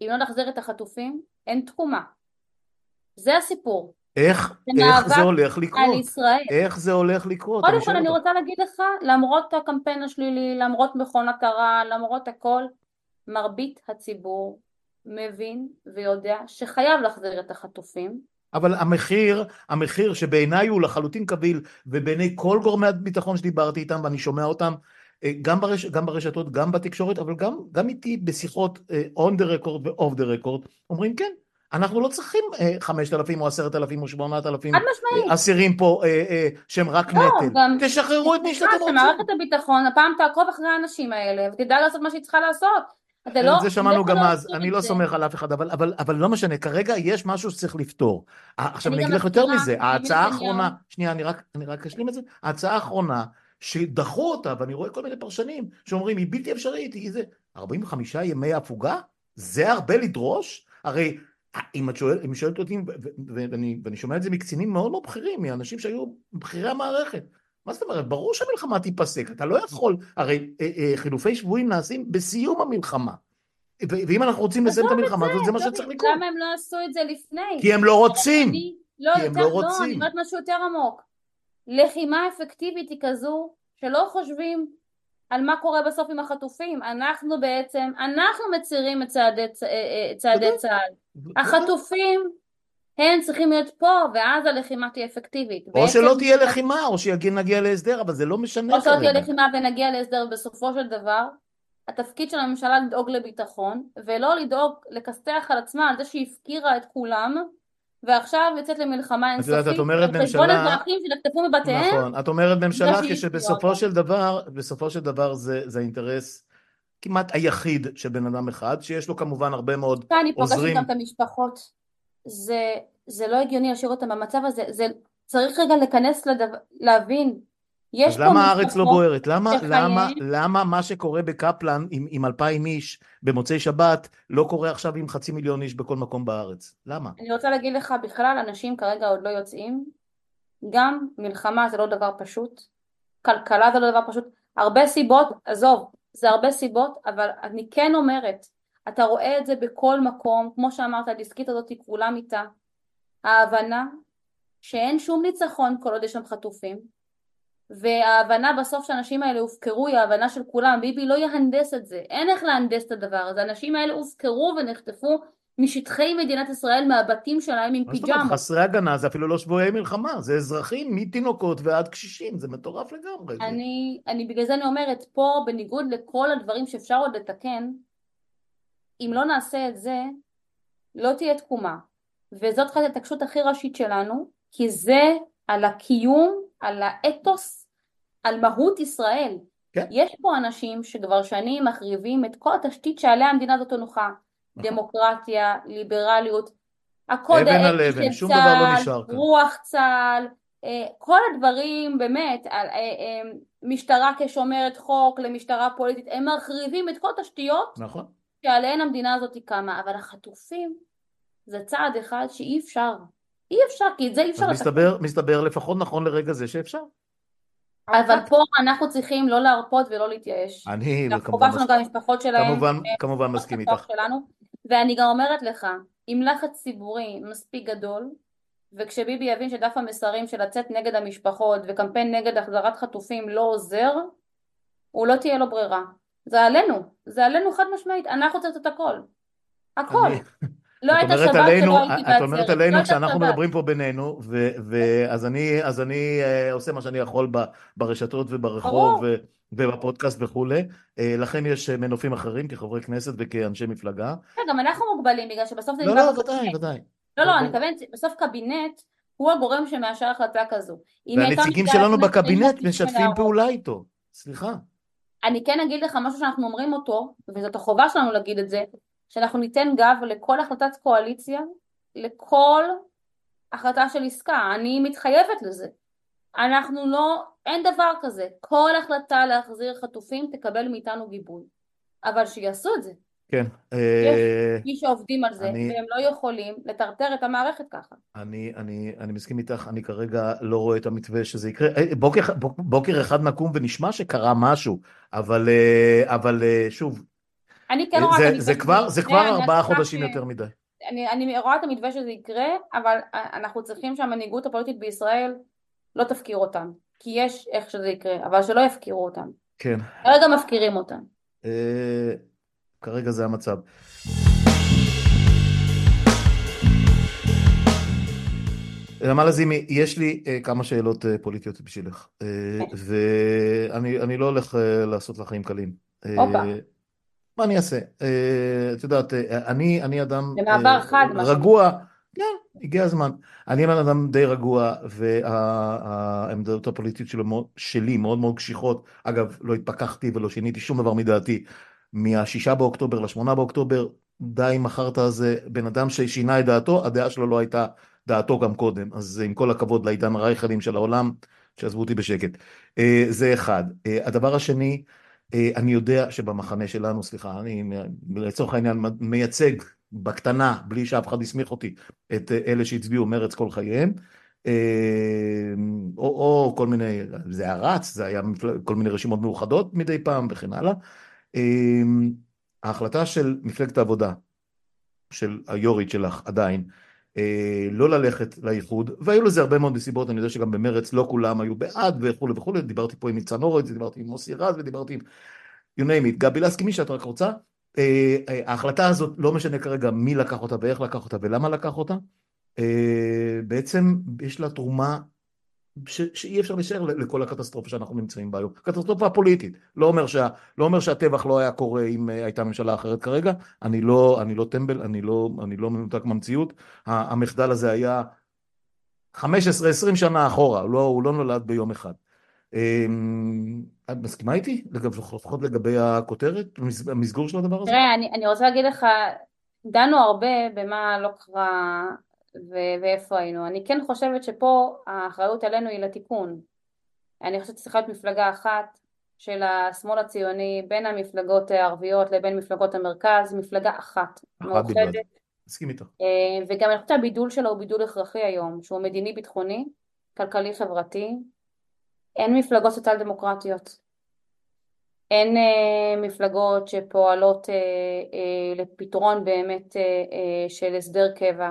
[SPEAKER 2] אם לא נחזיר את החטופים, אין תקומה. זה הסיפור.
[SPEAKER 1] איך,
[SPEAKER 2] זה
[SPEAKER 1] איך זה
[SPEAKER 2] מאבק
[SPEAKER 1] הולך
[SPEAKER 2] על
[SPEAKER 1] לקרות?
[SPEAKER 2] ישראל.
[SPEAKER 1] איך זה הולך לקרות? אני
[SPEAKER 2] קודם כל
[SPEAKER 1] שואל
[SPEAKER 2] אני
[SPEAKER 1] אותך.
[SPEAKER 2] רוצה להגיד לך, למרות הקמפיין השלילי, למרות מכונת הרעל, למרות הכל, מרבית הציבור מבין ויודע שחייב להחזיר את החטופים.
[SPEAKER 1] אבל המחיר, המחיר שבעיניי הוא לחלוטין קביל, ובעיני כל גורמי הביטחון שדיברתי איתם, ואני שומע אותם, גם, ברש, גם ברשתות, גם בתקשורת, אבל גם, גם איתי בשיחות on the record ו-off the record, אומרים כן, אנחנו לא צריכים חמשת אלפים או עשרת אלפים או שמונת אלפים
[SPEAKER 2] עד משמעית.
[SPEAKER 1] אסירים פה שהם רק
[SPEAKER 2] לא,
[SPEAKER 1] נטל.
[SPEAKER 2] גם
[SPEAKER 1] תשחררו את מי שאתם רוצים.
[SPEAKER 2] שמערכת הביטחון הפעם תעקוב אחרי האנשים האלה, ותדע לעשות מה שהיא צריכה לעשות. אתה לא,
[SPEAKER 1] את זה שמענו גם
[SPEAKER 2] לא
[SPEAKER 1] אז, אני לא סומך על אף אחד, אבל, אבל, אבל לא משנה, כרגע יש משהו שצריך לפתור. עכשיו אני אגיד לך יותר מזה, ההצעה האחרונה, שנייה, אני רק, אני רק אשלים את זה, ההצעה האחרונה, שדחו אותה, ואני רואה כל מיני פרשנים, שאומרים, היא בלתי אפשרית, היא זה, ארבעים וחמישה ימי הפוגה? זה הרבה לדרוש? הרי, אם את שואלת, אם שואלת אותי, ואני, ואני שומע את זה מקצינים מאוד מאוד בכירים, מאנשים שהיו בכירי המערכת, מה זאת אומרת? ברור שהמלחמה תיפסק, אתה לא יכול, הרי חילופי שבויים נעשים בסיום המלחמה, ואם אנחנו רוצים לסיים את המלחמה הזאת, זה מה שצריך לקרות.
[SPEAKER 2] למה הם לא עשו את זה לפני?
[SPEAKER 1] כי הם לא רוצים,
[SPEAKER 2] לא,
[SPEAKER 1] כי הם לא רוצים.
[SPEAKER 2] לא, אני אומרת משהו יותר עמוק. לחימה אפקטיבית היא כזו, שלא חושבים על מה קורה בסוף עם החטופים. אנחנו בעצם, אנחנו מצירים את צעדי, צעדי צה"ל. החטופים הם צריכים להיות פה, ואז הלחימה תהיה אפקטיבית.
[SPEAKER 1] או שלא תהיה לחימה, או שנגיע להסדר, אבל זה לא משנה.
[SPEAKER 2] או שלא תהיה לחימה ונגיע להסדר. בסופו של דבר, התפקיד של הממשלה לדאוג לביטחון, ולא לדאוג לקסטח על עצמה על זה שהיא הפקירה את כולם, ועכשיו יוצאת למלחמה אינסופית, על חשבון אזרחים שנחטפו מבתיהם.
[SPEAKER 1] נכון, את אומרת ממשלה כשבסופו של דבר, בסופו של דבר זה, זה האינטרס כמעט היחיד של בן אדם אחד, שיש לו כמובן הרבה מאוד עוזרים.
[SPEAKER 2] אני פוגשת גם את המשפחות. זה, זה לא הגיוני להשאיר אותם במצב הזה, זה צריך רגע להיכנס לדבר, להבין.
[SPEAKER 1] אז למה הארץ לא בוערת? למה, למה, למה מה שקורה בקפלן עם, עם אלפיים איש במוצאי שבת לא קורה עכשיו עם חצי מיליון איש בכל מקום בארץ? למה?
[SPEAKER 2] אני רוצה להגיד לך, בכלל אנשים כרגע עוד לא יוצאים, גם מלחמה זה לא דבר פשוט, כלכלה זה לא דבר פשוט, הרבה סיבות, עזוב, זה הרבה סיבות, אבל אני כן אומרת, אתה רואה את זה בכל מקום, כמו שאמרת, הדיסקית הזאת כולם איתה, ההבנה שאין שום ניצחון כל עוד יש שם חטופים, וההבנה בסוף שהאנשים האלה הופקרו היא ההבנה של כולם. ביבי לא יהנדס את זה, אין איך להנדס את הדבר הזה. האנשים האלה הופקרו ונחטפו משטחי מדינת ישראל, מהבתים שלהם עם פיג'מות.
[SPEAKER 1] חסרי הגנה, זה אפילו לא שבויי מלחמה, זה אזרחים מתינוקות ועד קשישים, זה מטורף לגמרי.
[SPEAKER 2] אני, אני בגלל זה אני אומרת, פה בניגוד לכל הדברים שאפשר עוד לתקן, אם לא נעשה את זה, לא תהיה תקומה. וזאת אחת ההתעקשות הכי ראשית שלנו, כי זה על הקיום, על האתוס, על מהות ישראל. כן. יש פה אנשים שכבר שנים מחריבים את כל התשתית שעליה המדינה הזאת נוחה. נכון. דמוקרטיה, ליברליות, הקוד האתי של צה"ל, לא רוח צה"ל, כל הדברים באמת, על, משטרה כשומרת חוק למשטרה פוליטית, הם מחריבים את כל התשתיות נכון. שעליהן המדינה הזאת קמה, אבל החטופים זה צעד אחד שאי אפשר, אי אפשר, כי את זה אי אפשר.
[SPEAKER 1] מסתבר, מסתבר לפחות נכון לרגע זה שאפשר.
[SPEAKER 2] אבל פה אנחנו צריכים לא להרפות ולא להתייאש.
[SPEAKER 1] אני
[SPEAKER 2] כמובן שלנו גם המשפחות שלהם.
[SPEAKER 1] כמובן, כמובן מסכים איתך.
[SPEAKER 2] ואני גם אומרת לך, אם לחץ ציבורי מספיק גדול, וכשביבי יבין שדף המסרים של לצאת נגד המשפחות וקמפיין נגד החזרת חטופים לא עוזר, הוא לא תהיה לו ברירה. זה עלינו, זה עלינו חד משמעית, אנחנו צריכים את הכל. הכל. לא הייתה שבת שלא הייתי בעצרת.
[SPEAKER 1] את אומרת עלינו כשאנחנו מדברים פה בינינו, ואז אני, אז אני עושה מה שאני יכול ברשתות וברחוב ובפודקאסט וכולי. לכם יש מנופים אחרים כחברי כנסת וכאנשי מפלגה.
[SPEAKER 2] גם אנחנו מוגבלים בגלל שבסוף זה...
[SPEAKER 1] לא, לא, ודאי, ודאי.
[SPEAKER 2] לא, לא, אני מתכוונת, בסוף קבינט הוא הגורם שמאשר החלטה כזו.
[SPEAKER 1] והנציגים שלנו בקבינט משתפים פעולה איתו. סליחה.
[SPEAKER 2] אני כן אגיד לך משהו שאנחנו אומרים אותו, וזאת החובה שלנו להגיד את זה, שאנחנו ניתן גב לכל החלטת קואליציה, לכל החלטה של עסקה. אני מתחייבת לזה. אנחנו לא, אין דבר כזה. כל החלטה להחזיר חטופים תקבל מאיתנו גיבוי. אבל שיעשו את זה.
[SPEAKER 1] כן.
[SPEAKER 2] יש מי שעובדים על זה, והם לא יכולים לטרטר את המערכת ככה.
[SPEAKER 1] אני, אני, אני מסכים איתך, אני כרגע לא רואה את המתווה שזה יקרה. בוקר, בוקר אחד נקום ונשמע שקרה משהו, אבל, אבל שוב,
[SPEAKER 2] אני כן רואה את
[SPEAKER 1] זה,
[SPEAKER 2] המתווה
[SPEAKER 1] זה
[SPEAKER 2] שזה
[SPEAKER 1] כבר, זה כבר
[SPEAKER 2] יקרה, אני רק
[SPEAKER 1] ארבעה
[SPEAKER 2] צריכה ש...
[SPEAKER 1] חודשים יותר מדי.
[SPEAKER 2] אני, אני רואה את המתווה שזה יקרה, אבל אנחנו צריכים שהמנהיגות הפוליטית בישראל לא תפקיר אותם, כי יש איך שזה יקרה, אבל שלא יפקירו אותם.
[SPEAKER 1] כן.
[SPEAKER 2] כרגע מפקירים אותם.
[SPEAKER 1] אה, כרגע זה המצב. נעמה לזימי, יש לי uh, כמה שאלות uh, פוליטיות בשבילך, uh, ואני אני לא הולך uh, לעשות לך חיים קלים. Uh,
[SPEAKER 2] הופה,
[SPEAKER 1] מה אני אעשה? Uh, את יודעת, uh, אני, אני אדם uh,
[SPEAKER 2] במעבר חד מה שנקרא.
[SPEAKER 1] רגוע, כן, הגיע הזמן. אני אדם די רגוע, והעמדות הפוליטיות שלו, מאוד- שלי מאוד מאוד קשיחות. אגב, לא התפכחתי ולא שיניתי שום דבר מדעתי. מהשישה באוקטובר לשמונה באוקטובר, די מכרת הזה, בן אדם ששינה את דעתו, הדעה שלו לא הייתה דעתו גם קודם, אז עם כל הכבוד לעידן רייכלים של העולם, שעזבו אותי בשקט. אה, זה אחד. אה, הדבר השני, אה, אני יודע שבמחנה שלנו, סליחה, אני לצורך העניין מייצג בקטנה, בלי שאף אחד יסמיך אותי, את אה, אלה שהצביעו מרץ כל חייהם, אה, או, או כל מיני, זה היה רץ, זה היה מפל- כל מיני רשימות מאוחדות מדי פעם וכן הלאה. אה, ההחלטה של מפלגת העבודה, של היורית שלך עדיין, אה, לא ללכת לאיחוד, והיו לזה הרבה מאוד נסיבות, אני יודע שגם במרץ לא כולם היו בעד וכו' וכו', דיברתי פה עם ניצן הורוביץ, דיברתי עם מוסי רז ודיברתי עם you name it, גבי לסקי, מי שאת רק רוצה. אה, אה, ההחלטה הזאת, לא משנה כרגע מי לקח אותה ואיך לקח אותה ולמה לקח אותה, אה, בעצם יש לה תרומה ש, שאי אפשר להישאר לכל הקטסטרופה שאנחנו נמצאים בה היום. קטסטרופה פוליטית. לא אומר, שה, לא אומר שהטבח לא היה קורה אם אה, הייתה ממשלה אחרת כרגע. אני לא, אני לא טמבל, אני לא, אני לא מנותק מהמציאות. ה- המחדל הזה היה חמש עשרה עשרים שנה אחורה, הוא לא, הוא לא נולד ביום אחד. אמ, את מסכימה איתי? לגב, לפחות לגבי הכותרת, המס- המסגור של הדבר הזה?
[SPEAKER 2] תראה, אני, אני רוצה להגיד לך, דנו הרבה במה לא קרה ו- ואיפה היינו. אני כן חושבת שפה האחריות עלינו היא לתיקון. אני חושבת שצריכה להיות מפלגה אחת של השמאל הציוני בין המפלגות הערביות לבין מפלגות המרכז, מפלגה אחת,
[SPEAKER 1] אחת בלבד.
[SPEAKER 2] מאוחדת.
[SPEAKER 1] מסכים איתך.
[SPEAKER 2] אה, וגם אני חושבת שהבידול שלו הוא בידול הכרחי היום, שהוא מדיני ביטחוני, כלכלי חברתי. אין מפלגות סוציאל דמוקרטיות. אין אה, מפלגות שפועלות אה, אה, לפתרון באמת אה, אה, של הסדר קבע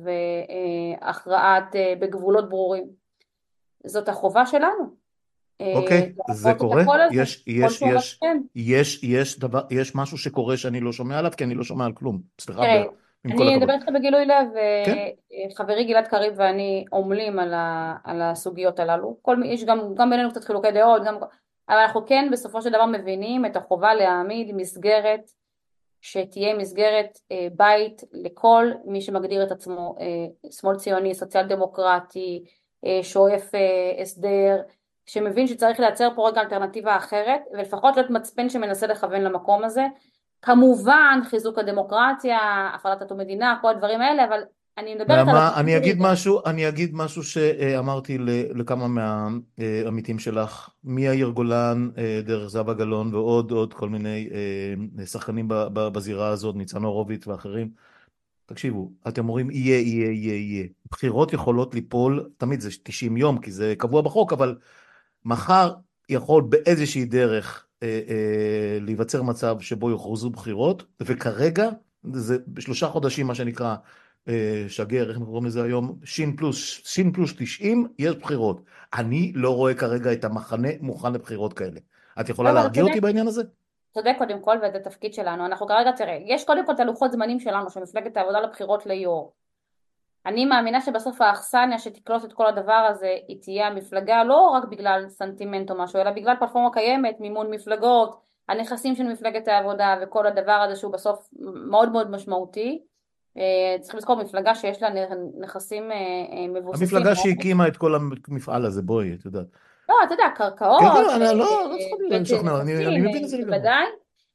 [SPEAKER 2] והכרעת אה, בגבולות ברורים. זאת החובה שלנו, אה,
[SPEAKER 1] אוקיי, זה
[SPEAKER 2] לעשות את
[SPEAKER 1] קורה?
[SPEAKER 2] הקול הזה,
[SPEAKER 1] יש,
[SPEAKER 2] קול
[SPEAKER 1] יש,
[SPEAKER 2] שהוא
[SPEAKER 1] יש,
[SPEAKER 2] משכן.
[SPEAKER 1] יש, יש דבר, יש משהו שקורה שאני לא שומע עליו, כי אני לא שומע על כלום. סליחה, ב,
[SPEAKER 2] תראה,
[SPEAKER 1] עם כל
[SPEAKER 2] אני
[SPEAKER 1] הכבוד.
[SPEAKER 2] אדבר איתך בגילוי לב,
[SPEAKER 1] כן?
[SPEAKER 2] אה, אה, חברי גלעד קריב ואני עמלים על, ה, על הסוגיות הללו. כל, מי- יש גם, גם בינינו קצת חילוקי דעות, גם, אבל אנחנו כן בסופו של דבר מבינים את החובה להעמיד מסגרת שתהיה מסגרת אה, בית לכל מי שמגדיר את עצמו אה, שמאל ציוני, סוציאל דמוקרטי, אה, שואף אה, הסדר, שמבין שצריך לייצר פה רגע אלטרנטיבה אחרת, ולפחות להיות מצפן שמנסה לכוון למקום הזה. כמובן חיזוק הדמוקרטיה, הפרדת המדינה, כל הדברים האלה, אבל אני מדברת על
[SPEAKER 1] נעמה, אני
[SPEAKER 2] הסיפור
[SPEAKER 1] אגיד
[SPEAKER 2] הזה.
[SPEAKER 1] משהו, אני אגיד משהו שאמרתי ל- לכמה מהעמיתים שלך, מיאיר גולן, אה, דרך זהבה גלאון ועוד עוד כל מיני אה, שחקנים ב- ב- בזירה הזאת, ניצן הורוביץ ואחרים. תקשיבו, אתם אומרים יהיה, יהיה, יהיה, יהיה. בחירות יכולות ליפול, תמיד זה תשעים יום, כי זה קבוע בחוק, אבל מחר יכול באיזושהי דרך אה, אה, להיווצר מצב שבו יוכרזו בחירות, וכרגע זה בשלושה חודשים מה שנקרא אה, שגר, איך אנחנו קוראים לזה היום? שין פלוס, שין פלוס תשעים, יש בחירות. אני לא רואה כרגע את המחנה מוכן לבחירות כאלה. את יכולה
[SPEAKER 2] לא, אתה
[SPEAKER 1] להרגיע
[SPEAKER 2] צודק,
[SPEAKER 1] אותי בעניין הזה?
[SPEAKER 2] צודק קודם כל, וזה תפקיד שלנו. אנחנו כרגע, תראה, יש קודם כל את הלוחות זמנים שלנו, של מפלגת העבודה לבחירות ליו"ר. אני מאמינה שבסוף האכסניה שתקלוט את כל הדבר הזה היא תהיה המפלגה, לא רק בגלל סנטימנט או משהו, אלא בגלל פלטפורמה קיימת, מימון מפלגות, הנכסים של מפלגת העבודה וכל הדבר הזה שהוא בסוף מאוד מאוד משמעותי. אה, צריך לזכור מפלגה שיש לה נכסים אה, אה, מבוססים.
[SPEAKER 1] המפלגה שהקימה את כל המפעל הזה, בואי, את יודעת.
[SPEAKER 2] לא, אתה יודע,
[SPEAKER 1] כן, כן,
[SPEAKER 2] קרקעות
[SPEAKER 1] אני לא, לא
[SPEAKER 2] אה,
[SPEAKER 1] צריכה לשכנע, אני, אני
[SPEAKER 2] ונכסים,
[SPEAKER 1] מבין את
[SPEAKER 2] אה,
[SPEAKER 1] זה לגמרי.
[SPEAKER 2] בוודאי.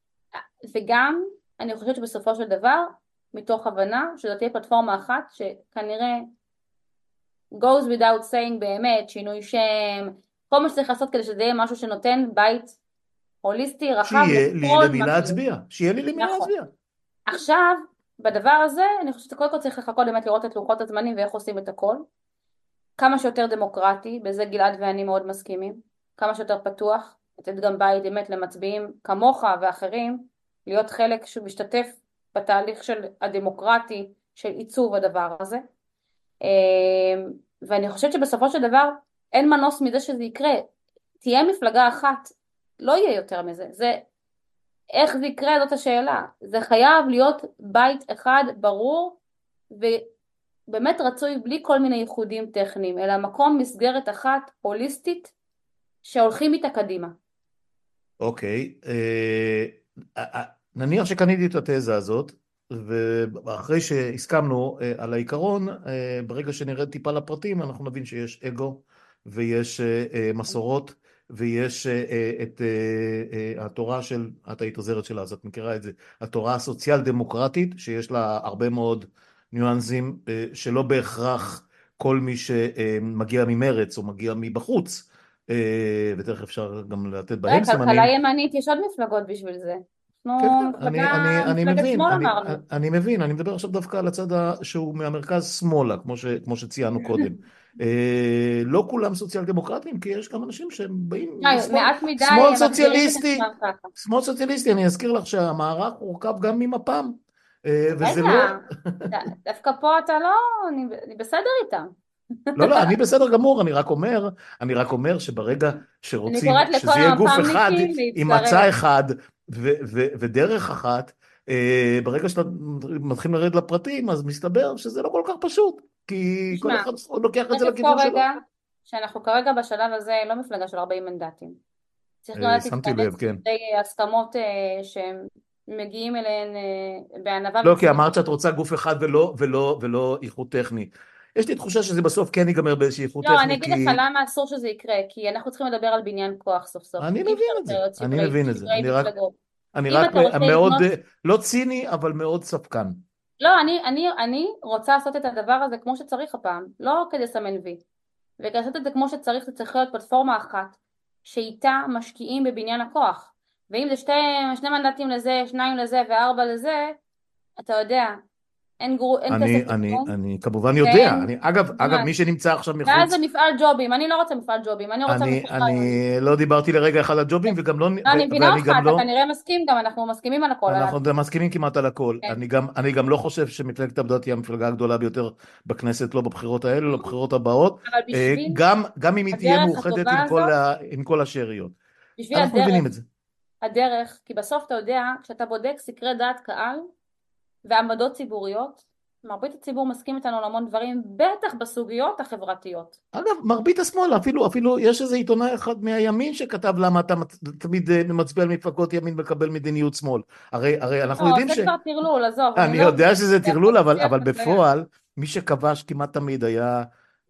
[SPEAKER 2] וגם, אני חושבת שבסופו של דבר, מתוך הבנה שזאת תהיה פלטפורמה אחת שכנראה goes without saying באמת, שינוי שם, כל מה שצריך לעשות כדי שזה יהיה משהו שנותן בית הוליסטי רחב
[SPEAKER 1] שיהיה לי
[SPEAKER 2] לכל
[SPEAKER 1] למי
[SPEAKER 2] מה שיש.
[SPEAKER 1] להצביע, שיהיה לי למי
[SPEAKER 2] נכון.
[SPEAKER 1] להצביע.
[SPEAKER 2] עכשיו, בדבר הזה, אני חושבת שקודם כל צריך לחכות באמת לראות את לוחות הזמנים ואיך עושים את הכל. כמה שיותר דמוקרטי, בזה גלעד ואני מאוד מסכימים, כמה שיותר פתוח, לתת גם בית באמת למצביעים כמוך ואחרים, להיות חלק שמשתתף בתהליך של הדמוקרטי של עיצוב הדבר הזה. ואני חושבת שבסופו של דבר אין מנוס מזה שזה יקרה. תהיה מפלגה אחת, לא יהיה יותר מזה. זה, איך זה יקרה זאת השאלה. זה חייב להיות בית אחד ברור ובאמת רצוי בלי כל מיני ייחודים טכניים, אלא מקום מסגרת אחת הוליסטית שהולכים איתה קדימה.
[SPEAKER 1] אוקיי, נניח שקניתי את התזה הזאת, ואחרי שהסכמנו על העיקרון, ברגע שנרד טיפה לפרטים, אנחנו נבין שיש אגו, ויש מסורות, ויש את התורה של, את היית עוזרת שלה, אז את מכירה את זה, התורה הסוציאל דמוקרטית, שיש לה הרבה מאוד ניואנסים, שלא בהכרח כל מי שמגיע ממרץ או מגיע מבחוץ, ותכף אפשר גם לתת בהם סימנים.
[SPEAKER 2] כלכלה ימנית, יש עוד מפלגות בשביל זה.
[SPEAKER 1] כן, כן, אני, אני, אני
[SPEAKER 2] מפלגת
[SPEAKER 1] מבין,
[SPEAKER 2] שמאל
[SPEAKER 1] אני,
[SPEAKER 2] אמרנו.
[SPEAKER 1] אני מבין, אני מדבר עכשיו דווקא על הצד שהוא מהמרכז שמאלה, כמו ש, כמו שציינו קודם. לא כולם סוציאל דמוקרטים, כי יש גם אנשים שהם באים משמאל,
[SPEAKER 2] מעט מדי
[SPEAKER 1] שמאל
[SPEAKER 2] הם מגדירים את
[SPEAKER 1] סוציאליסטי,
[SPEAKER 2] עצמם ככה.
[SPEAKER 1] שמאל סוציאליסטי, אני אזכיר לך שהמערך הורכב גם ממפ"ם, וזה
[SPEAKER 2] רגע,
[SPEAKER 1] לא...
[SPEAKER 2] דווקא פה אתה לא, אני, אני בסדר איתם.
[SPEAKER 1] לא, לא, אני בסדר גמור, אני רק אומר, אני רק אומר שברגע שרוצים שזה יהיה גוף אחד, עם מצע אחד ו- ו- ודרך אחת, ברגע שאתה מתחילים לרדת לפרטים, אז מסתבר שזה לא כל כך פשוט, כי כל אחד לוקח את זה לכיוון שלו.
[SPEAKER 2] רגע, שאנחנו כרגע בשלב הזה לא מפלגה של ארבעים מנדטים. צריך לדעת להתכנס כדי הסכמות שהם מגיעים אליהן בענווה.
[SPEAKER 1] לא, כי אמרת שאת רוצה גוף אחד ולא, ולא, ולא איחוד טכני. יש לי תחושה שזה בסוף כן ייגמר באיזושהי איכות טכנית.
[SPEAKER 2] לא, אני אגיד לך למה אסור שזה יקרה, כי אנחנו צריכים לדבר על בניין כוח סוף סוף.
[SPEAKER 1] אני מבין את זה, אני מבין את זה. אני רק מאוד, לא ציני, אבל מאוד ספקן.
[SPEAKER 2] לא, אני רוצה לעשות את הדבר הזה כמו שצריך הפעם, לא כדי לסמן וי. וכדי לעשות את זה כמו שצריך, זה צריך להיות פלטפורמה אחת, שאיתה משקיעים בבניין הכוח. ואם זה שני מנדטים לזה, שניים לזה וארבע לזה, אתה יודע, אין כסף
[SPEAKER 1] תכנון. אני כמובן יודע, אגב, מי שנמצא עכשיו מחוץ...
[SPEAKER 2] ואז זה מפעל ג'ובים, אני לא רוצה מפעל ג'ובים, אני רוצה מפעל ג'ובים.
[SPEAKER 1] אני לא דיברתי לרגע אחד על ג'ובים, וגם לא...
[SPEAKER 2] אני מבינה אותך, אתה כנראה מסכים גם, אנחנו מסכימים על הכל.
[SPEAKER 1] אנחנו מסכימים כמעט על הכל. אני גם לא חושב שמפלגת העבודה תהיה המפלגה הגדולה ביותר בכנסת, לא בבחירות האלה, לא בבחירות הבאות, גם אם היא תהיה מאוחדת עם כל השאריות. אנחנו מבינים את זה.
[SPEAKER 2] הדרך, כי בסוף אתה יודע, כשאתה בודק סקרי דעת קהל ועמדות ציבוריות, מרבית הציבור מסכים איתנו על המון דברים, בטח בסוגיות החברתיות.
[SPEAKER 1] אגב, מרבית השמאל, אפילו, אפילו יש איזה עיתונאי אחד מהימין שכתב למה אתה תמיד מצביע על מפלגות ימין מקבל מדיניות שמאל. הרי, הרי אנחנו יודעים ש...
[SPEAKER 2] זה כבר תרלול, עזוב.
[SPEAKER 1] אני יודע שזה תרלול, אבל בפועל, מי שכבש כמעט תמיד היה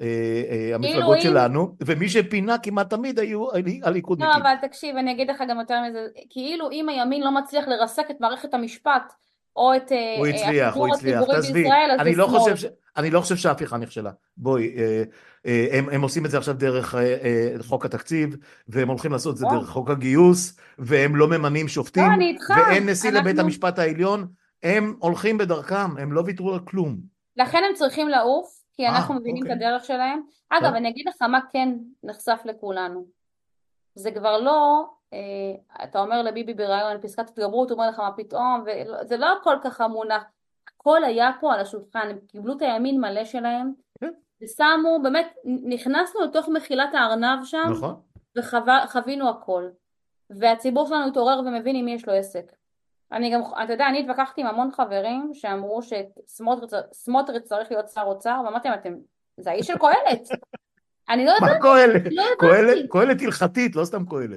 [SPEAKER 1] המפלגות שלנו, ומי שפינה כמעט תמיד היו הליכודניקים.
[SPEAKER 2] לא, אבל תקשיב, אני אגיד לך גם יותר מזה, כאילו אם הימין לא מצליח לרסק את מערכת המשפט, או את הציבור הציבורי בישראל, אז זה שמאל.
[SPEAKER 1] אני לא חושב שההפיכה נכשלה. בואי, הם עושים את זה עכשיו דרך חוק התקציב, והם הולכים לעשות את זה דרך חוק הגיוס, והם לא ממנים שופטים, ואין נשיא לבית המשפט העליון, הם הולכים בדרכם, הם לא ויתרו על כלום.
[SPEAKER 2] לכן הם צריכים לעוף, כי אנחנו מבינים את הדרך שלהם. אגב, אני אגיד לך מה כן נחשף לכולנו. זה כבר לא... אתה אומר לביבי ברעיון פסקת התגברות, הוא אומר לך מה פתאום, וזה לא הכל ככה מונח, הכל היה פה על השולחן, הם קיבלו את הימין מלא שלהם, ושמו, באמת נכנסנו לתוך מחילת הארנב שם, וחווינו הכל, והציבור שלנו התעורר ומבין עם מי יש לו עסק. אני גם, אתה יודע, אני התווכחתי עם המון חברים שאמרו שסמוטריץ' צריך להיות שר אוצר, ואמרתי להם, אתם, זה האיש של קהלת. אני לא יודעת.
[SPEAKER 1] מה קהלת? קהלת הלכתית, לא סתם קהלת.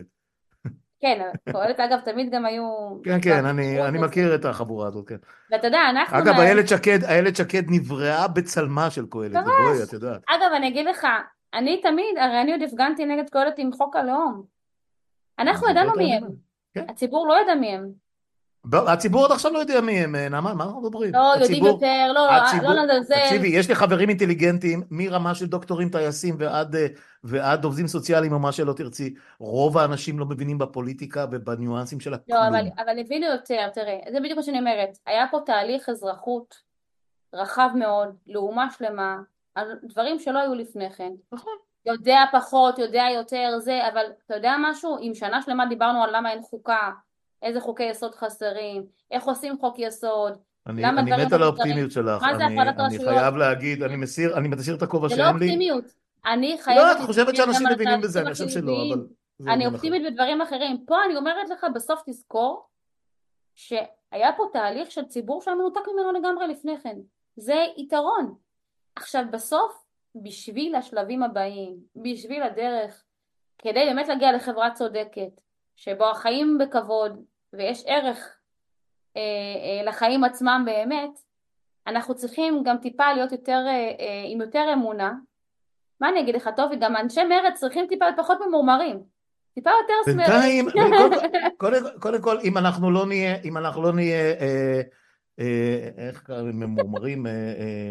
[SPEAKER 2] כן, קהלת אגב תמיד גם היו...
[SPEAKER 1] כן, כן, אני מכיר את החבורה הזאת, כן.
[SPEAKER 2] ואתה יודע, אנחנו...
[SPEAKER 1] אגב, איילת שקד, איילת שקד נבראה בצלמה של קהלת, זה בואי, את יודעת.
[SPEAKER 2] אגב, אני אגיד לך, אני תמיד, הרי אני עוד הפגנתי נגד קהלת עם חוק הלאום. אנחנו ידענו מי הם. הציבור לא ידע מי הם.
[SPEAKER 1] הציבור עד עכשיו לא יודע מי הם, נעמה, מה אנחנו מדברים?
[SPEAKER 2] לא, יודעים יותר, לא, לא, לא, לא, זה...
[SPEAKER 1] תקשיבי, יש לי חברים אינטליגנטים, מרמה של דוקטורים טייסים ועד, ועד עובדים סוציאליים או מה שלא תרצי, רוב האנשים לא מבינים בפוליטיקה ובניואנסים של הכלום.
[SPEAKER 2] לא, אבל, אבל הבינו יותר, תראה, זה בדיוק מה שאני אומרת, היה פה תהליך אזרחות רחב מאוד, לאומה שלמה, על דברים שלא היו לפני כן.
[SPEAKER 1] נכון.
[SPEAKER 2] יודע פחות, יודע יותר, זה, אבל אתה יודע משהו, אם שנה שלמה דיברנו על למה אין חוקה, איזה חוקי יסוד חסרים, איך עושים חוק יסוד,
[SPEAKER 1] אני,
[SPEAKER 2] למה
[SPEAKER 1] אני
[SPEAKER 2] דברים
[SPEAKER 1] מת
[SPEAKER 2] לא
[SPEAKER 1] על
[SPEAKER 2] מוסדרים,
[SPEAKER 1] האופטימיות שלך,
[SPEAKER 2] מה זה
[SPEAKER 1] אני,
[SPEAKER 2] הפרדת
[SPEAKER 1] אני
[SPEAKER 2] רשויות.
[SPEAKER 1] חייב להגיד, אני מסיר, אני מסיר את הכובע
[SPEAKER 2] זה לא
[SPEAKER 1] שאין לי.
[SPEAKER 2] אופטימיות, אני
[SPEAKER 1] לא,
[SPEAKER 2] חייבת
[SPEAKER 1] את חושבת
[SPEAKER 2] להסתכל גם
[SPEAKER 1] שאנשים
[SPEAKER 2] על
[SPEAKER 1] מבינים בזה,
[SPEAKER 2] התהליכים
[SPEAKER 1] אני חושב שלא,
[SPEAKER 2] החיוביים,
[SPEAKER 1] אבל זה
[SPEAKER 2] אני
[SPEAKER 1] עניין אחר.
[SPEAKER 2] אופטימית בדברים אחרים. פה אני אומרת לך, בסוף תזכור שהיה פה תהליך של ציבור שהיה מנותק ממנו לגמרי לפני כן. זה יתרון. עכשיו בסוף, בשביל השלבים הבאים, בשביל הדרך, כדי באמת להגיע לחברה צודקת, שבו החיים בכבוד ויש ערך אה, אה, לחיים עצמם באמת, אנחנו צריכים גם טיפה להיות יותר, אה, אה, עם יותר אמונה. מה אני אגיד לך, טובי, גם אנשי מרץ צריכים טיפה פחות ממורמרים, טיפה יותר שמאל.
[SPEAKER 1] בינתיים, קודם, קודם, קודם כל, אם אנחנו לא נהיה, אם אנחנו לא נהיה, אה, אה, איך קוראים, ממורמרים, אה, אה,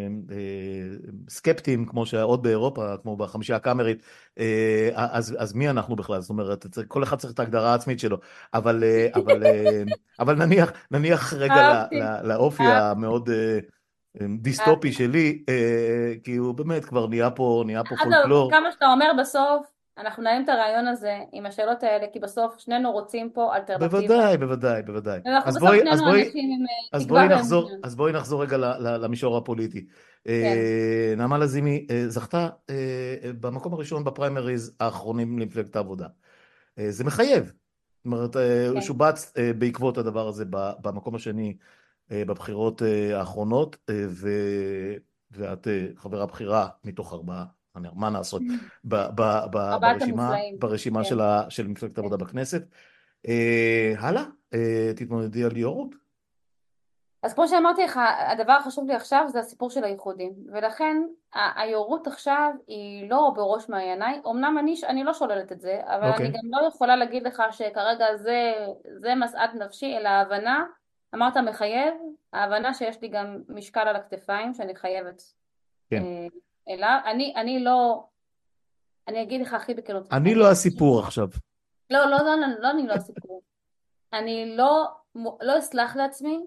[SPEAKER 1] אה, סקפטיים, כמו שעוד באירופה, כמו בחמישייה הקאמרית, אה, אז, אז מי אנחנו בכלל? זאת אומרת, צריך- כל אחד צריך את ההגדרה העצמית שלו. אבל, אה, אבל, אה, אבל נניח, נניח רגע ל-
[SPEAKER 2] אהבתי,
[SPEAKER 1] ל- לאופי
[SPEAKER 2] אהבתי,
[SPEAKER 1] המאוד אה, דיסטופי
[SPEAKER 2] אהבתי.
[SPEAKER 1] שלי, אה, כי הוא באמת כבר נהיה פה, נהיה פה
[SPEAKER 2] אגב,
[SPEAKER 1] פולקלור.
[SPEAKER 2] כמה שאתה אומר בסוף, אנחנו נעים את הרעיון הזה עם השאלות האלה, כי בסוף שנינו רוצים פה אלטרנטיבה.
[SPEAKER 1] בוודאי, בוודאי, בוודאי.
[SPEAKER 2] ואנחנו
[SPEAKER 1] אז
[SPEAKER 2] בסוף
[SPEAKER 1] בואי, אז
[SPEAKER 2] שנינו
[SPEAKER 1] בואי,
[SPEAKER 2] אנשים עם אה,
[SPEAKER 1] אז
[SPEAKER 2] תקווה
[SPEAKER 1] בואי נחזור,
[SPEAKER 2] ואמונה.
[SPEAKER 1] אז בואי נחזור רגע ל- ל- למישור הפוליטי.
[SPEAKER 2] כן,
[SPEAKER 1] אה, נעמה לזימי אה, זכתה אה, במקום הראשון בפריימריז האחרונים למפלגת העבודה. אה, זה מחייב. זאת אומרת, אה, הוא
[SPEAKER 2] כן.
[SPEAKER 1] שובץ אה, בעקבות הדבר הזה ב- במקום השני אה, בבחירות אה, האחרונות, אה, ו- ואת אה, חברה בכירה מתוך ארבעה, אני- מה לעשות, ב- ב- ב-
[SPEAKER 2] ארבעת
[SPEAKER 1] ברשימה,
[SPEAKER 2] המופלאים.
[SPEAKER 1] ברשימה
[SPEAKER 2] כן,
[SPEAKER 1] של ה- של מפלגת
[SPEAKER 2] כן.
[SPEAKER 1] העבודה בכנסת. אה, הלאה, אה, תתמודדי על ליאורות.
[SPEAKER 2] אז כמו שאמרתי לך, הדבר החשוב לי עכשיו זה הסיפור של הייחודים, ולכן ה- היורות עכשיו היא לא בראש מעייניי. אמנם אני, אני לא שוללת את זה, אבל אני
[SPEAKER 1] אוקיי,
[SPEAKER 2] גם לא יכולה להגיד לך שכרגע זה, זה משאת נפשי, אלא ההבנה, אמרת מחייב, ההבנה שיש לי גם משקל על הכתפיים שאני חייבת
[SPEAKER 1] כן.
[SPEAKER 2] אה, אליו. אני, אני לא, אני אגיד לך הכי בכנות,
[SPEAKER 1] אני לא
[SPEAKER 2] אני,
[SPEAKER 1] הסיפור עכשיו.
[SPEAKER 2] לא, לא, לא, לא, לא, אני לא הסיפור. אני לא, לא אסלח לעצמי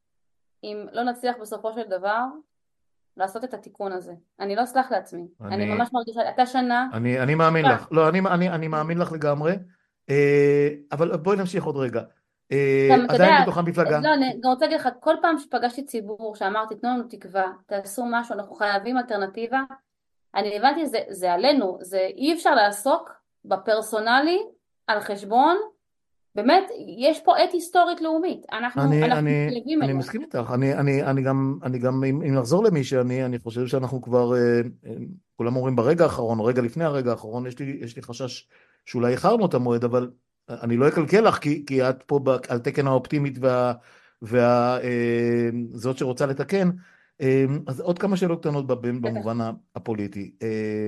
[SPEAKER 2] אם לא נצליח בסופו של דבר לעשות את התיקון הזה. אני לא אסלח לעצמי. אני
[SPEAKER 1] אני,
[SPEAKER 2] ממש מרגישה, הייתה שנה,
[SPEAKER 1] אני, אני מאמין לך. לא, אני, אני, אני מאמין לך לגמרי. אה, אבל בואי נמשיך עוד רגע. אה,
[SPEAKER 2] גם אתה יודע,
[SPEAKER 1] עדיין בתוך המפלגה.
[SPEAKER 2] לא, אני גם רוצה להגיד לך, כל פעם שפגשתי ציבור שאמרתי, תנו לנו תקווה, תעשו משהו, אנחנו חייבים אלטרנטיבה, אני הבנתי, זה, זה עלינו, זה אי אפשר לעסוק בפרסונלי על חשבון, באמת, יש פה עת היסטורית לאומית, אנחנו,
[SPEAKER 1] אני,
[SPEAKER 2] אנחנו
[SPEAKER 1] אני,
[SPEAKER 2] מתחייבים
[SPEAKER 1] אני
[SPEAKER 2] אליה.
[SPEAKER 1] מסכים איתך. אני, אני, אני גם, אני גם, אם, אם נחזור למי שאני, אני חושב שאנחנו כבר, אה, אה, כולם אומרים ברגע האחרון, או רגע לפני הרגע האחרון, יש לי, יש לי חשש שאולי איחרנו את המועד, אבל אני לא אקלקל לך, כי, כי את פה ב, על תקן האופטימית וה, וה, אה, זאת שרוצה לתקן. אה, אז עוד כמה שאלות קטנות ב-
[SPEAKER 2] בטח.
[SPEAKER 1] במובן הפוליטי. אה,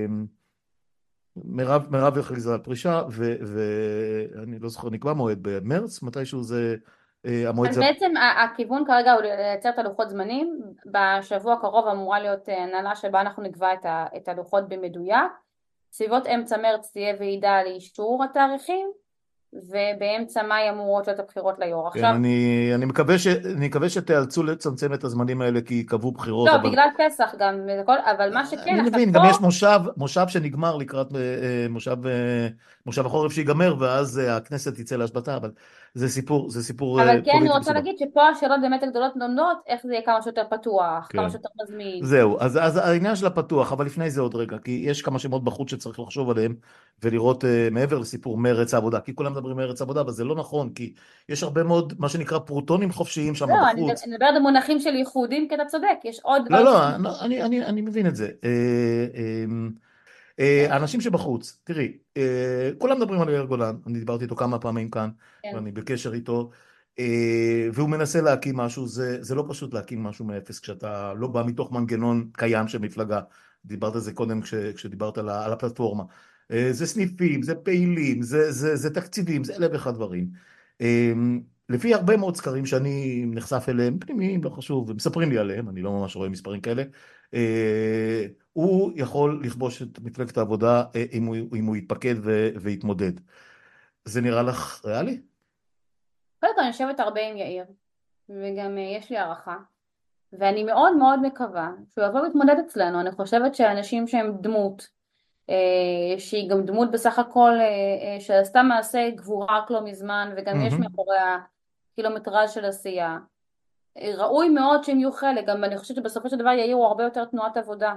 [SPEAKER 1] מירב, מירב הכריזה על פרישה, ואני לא זוכר, נקבע מועד במרץ, מתישהו זה, אה, המועד
[SPEAKER 2] אז
[SPEAKER 1] זה...
[SPEAKER 2] בעצם ה- הכיוון כרגע הוא לייצר את הלוחות זמנים, בשבוע הקרוב אמורה להיות אה, הנהלה שבה אנחנו נקבע את ה- את הלוחות במדויק, סביבות אמצע מרץ תהיה ועידה לאישור התאריכים, ובאמצע מאי אמורות להיות הבחירות ליו"ר.
[SPEAKER 1] כן,
[SPEAKER 2] עכשיו,
[SPEAKER 1] אני, אני מקווה ש, אני מקווה שתיאלצו לצמצם את הזמנים האלה כי קבעו בחירות,
[SPEAKER 2] לא,
[SPEAKER 1] אבל
[SPEAKER 2] בגלל פסח גם, וכל- אבל מה שכן,
[SPEAKER 1] אני
[SPEAKER 2] עכשיו
[SPEAKER 1] מבין,
[SPEAKER 2] פה,
[SPEAKER 1] גם יש מושב, מושב שנגמר לקראת אה, אה, מושב, אה, מושב החורף שיגמר, ואז אה, הכנסת תצא להשבתה, אבל זה סיפור, זה סיפור
[SPEAKER 2] אבל
[SPEAKER 1] אה,
[SPEAKER 2] כן אני
[SPEAKER 1] פוליטי
[SPEAKER 2] רוצה
[SPEAKER 1] מסובך.
[SPEAKER 2] להגיד שפה השאלות באמת הגדולות לומדות, איך זה יהיה כמה שיותר פתוח, כמה
[SPEAKER 1] כן.
[SPEAKER 2] שיותר מזמין.
[SPEAKER 1] זהו, אז, אז העניין של הפתוח, אבל לפני זה עוד רגע, כי יש כמה שמות בחוץ שצריך לחשוב עליהם ולראות uh, מעבר לסיפור מרץ העבודה, כי כולם מדברים מרץ העבודה, אבל זה לא נכון, כי יש הרבה מאוד, מה שנקרא פרוטונים חופשיים שם
[SPEAKER 2] לא, אני
[SPEAKER 1] בחוץ.
[SPEAKER 2] אני מדברת במונחים של ייחודים, כי אתה צודק, יש עוד
[SPEAKER 1] לא,
[SPEAKER 2] דברים
[SPEAKER 1] לא,
[SPEAKER 2] שצריכים
[SPEAKER 1] אני,
[SPEAKER 2] לעשות.
[SPEAKER 1] אני, אני אני מבין את זה. אה, אה, אה, האנשים שבחוץ, תראי, אה, כולם מדברים על יאיר גולן, אני דיברתי איתו כמה פעמים כאן,
[SPEAKER 2] כן.
[SPEAKER 1] ואני בקשר איתו, אה, והוא מנסה להקים משהו, זה, זה לא פשוט להקים משהו מאפס, כשאתה לא בא מתוך מנגנון קיים של מפלגה, דיברת על זה קודם כש, כשדיברת על, ה- על הפלטפורמה, אה, זה סניפים, זה פעילים, זה, זה, זה תקציבים, זה אלף ואחד דברים. אה, לפי הרבה מאוד סקרים שאני נחשף אליהם, פנימיים, לא חשוב, ומספרים לי עליהם, אני לא ממש רואה מספרים כאלה, אה, הוא יכול לכבוש את מפלגת העבודה אה, אם הוא, אם הוא יתפקד ו, ויתמודד. זה נראה לך ריאלי?
[SPEAKER 2] קודם כל אני יושבת הרבה עם יאיר, וגם אה, יש לי הערכה, ואני מאוד מאוד מקווה שהוא יבוא להתמודד אצלנו. אני חושבת שאנשים שהם דמות, אה, שהיא גם דמות בסך הכל, אה, אה, שעשתה מעשה גבורה רק לא מזמן, וגם יש
[SPEAKER 1] מהמם.
[SPEAKER 2] מאחוריה קילומטראז' של עשייה. ראוי מאוד שהם יהיו חלק, גם אני חושבת שבסופו של דבר יאירו הרבה יותר תנועת עבודה.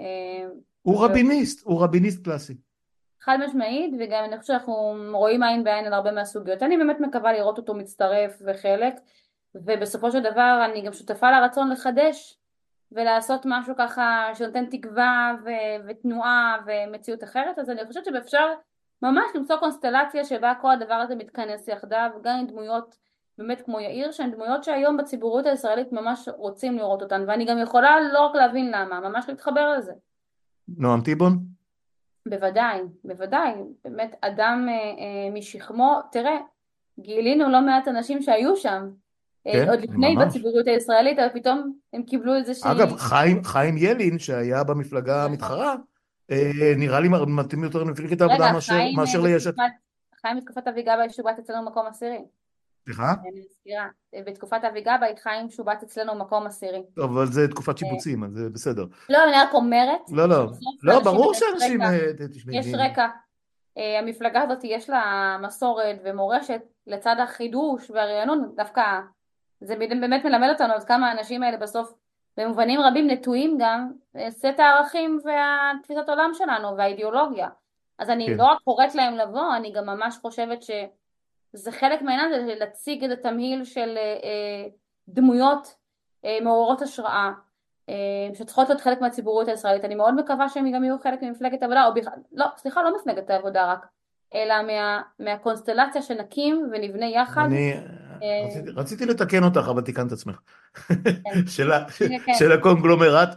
[SPEAKER 1] הוא רביניסט, הוא רביניסט קלאסי.
[SPEAKER 2] חד משמעית, וגם אני חושבת שאנחנו רואים עין בעין על הרבה מהסוגיות. אני באמת מקווה לראות אותו מצטרף וחלק, ובסופו של דבר אני גם שותפה לרצון לחדש ולעשות משהו ככה שנותן תקווה ו- ותנועה ומציאות אחרת. אז אני חושבת שאפשר ממש למצוא קונסטלציה שבה כל הדבר הזה מתכנס יחדיו, גם עם דמויות באמת כמו יאיר, שהן דמויות שהיום בציבוריות הישראלית ממש רוצים לראות אותן, ואני גם יכולה לא רק להבין למה, ממש להתחבר לזה.
[SPEAKER 1] נועם תיבון?
[SPEAKER 2] בוודאי, בוודאי, באמת אדם אה, אה, משכמו, תראה, גילינו לא מעט אנשים שהיו שם, אה,
[SPEAKER 1] כן,
[SPEAKER 2] עוד לפני
[SPEAKER 1] ממש.
[SPEAKER 2] בציבוריות הישראלית, אבל פתאום הם קיבלו
[SPEAKER 1] אגב,
[SPEAKER 2] איזושהי...
[SPEAKER 1] חיים, חיים ילין, שהיה במפלגה
[SPEAKER 2] נכון.
[SPEAKER 1] המתחרה, אה, נראה לי מתאים יותר למפלגת העבודה
[SPEAKER 2] רגע,
[SPEAKER 1] מאשר,
[SPEAKER 2] חיים אה,
[SPEAKER 1] מאשר ליש עתיד.
[SPEAKER 2] בתקופת, חיים בתקופת אבי גבאי שובץ אצלנו מקום עשירי.
[SPEAKER 1] סליחה?
[SPEAKER 2] אני מזכירה, אה, בתקופת אבי גבאי חיים שובץ אצלנו מקום עשירי.
[SPEAKER 1] טוב, אבל זה תקופת
[SPEAKER 2] אה,
[SPEAKER 1] שיבוצים, אז זה בסדר.
[SPEAKER 2] לא, אני רק אומרת
[SPEAKER 1] לא, לא.
[SPEAKER 2] שבסוף
[SPEAKER 1] לא,
[SPEAKER 2] לאנשים
[SPEAKER 1] ברור
[SPEAKER 2] האלה יש
[SPEAKER 1] שאנשים,
[SPEAKER 2] רקע,
[SPEAKER 1] אה, תשמעי,
[SPEAKER 2] יש
[SPEAKER 1] אני-
[SPEAKER 2] רקע. אה, המפלגה הזאת יש לה מסורת ומורשת לצד החידוש והרענון, דווקא זה באמת מלמד אותנו עד כמה האנשים האלה בסוף במובנים רבים נטועים גם אה, סט הערכים והתפיסת עולם שלנו והאידיאולוגיה. אז אני לא
[SPEAKER 1] כן.
[SPEAKER 2] רק קוראת להם לבוא, אני גם ממש חושבת שזה חלק מהעניין, זה להציג את התמהיל של אה, אה, דמויות אה, מעוררות השראה אה, שצריכות להיות חלק מהציבוריות הישראלית. אני מאוד מקווה שהם גם יהיו חלק ממפלגת העבודה, או בכלל, לא, סליחה, לא מפלגת העבודה רק, אלא מה, מהקונסטלציה שנקים ונבנה יחד.
[SPEAKER 1] אני
[SPEAKER 2] אה,
[SPEAKER 1] רציתי, רציתי לתקן אותך, אבל תיקנת את עצמך.
[SPEAKER 2] כן,
[SPEAKER 1] של, ה,
[SPEAKER 2] כן, כן.
[SPEAKER 1] של הקונגלומרט,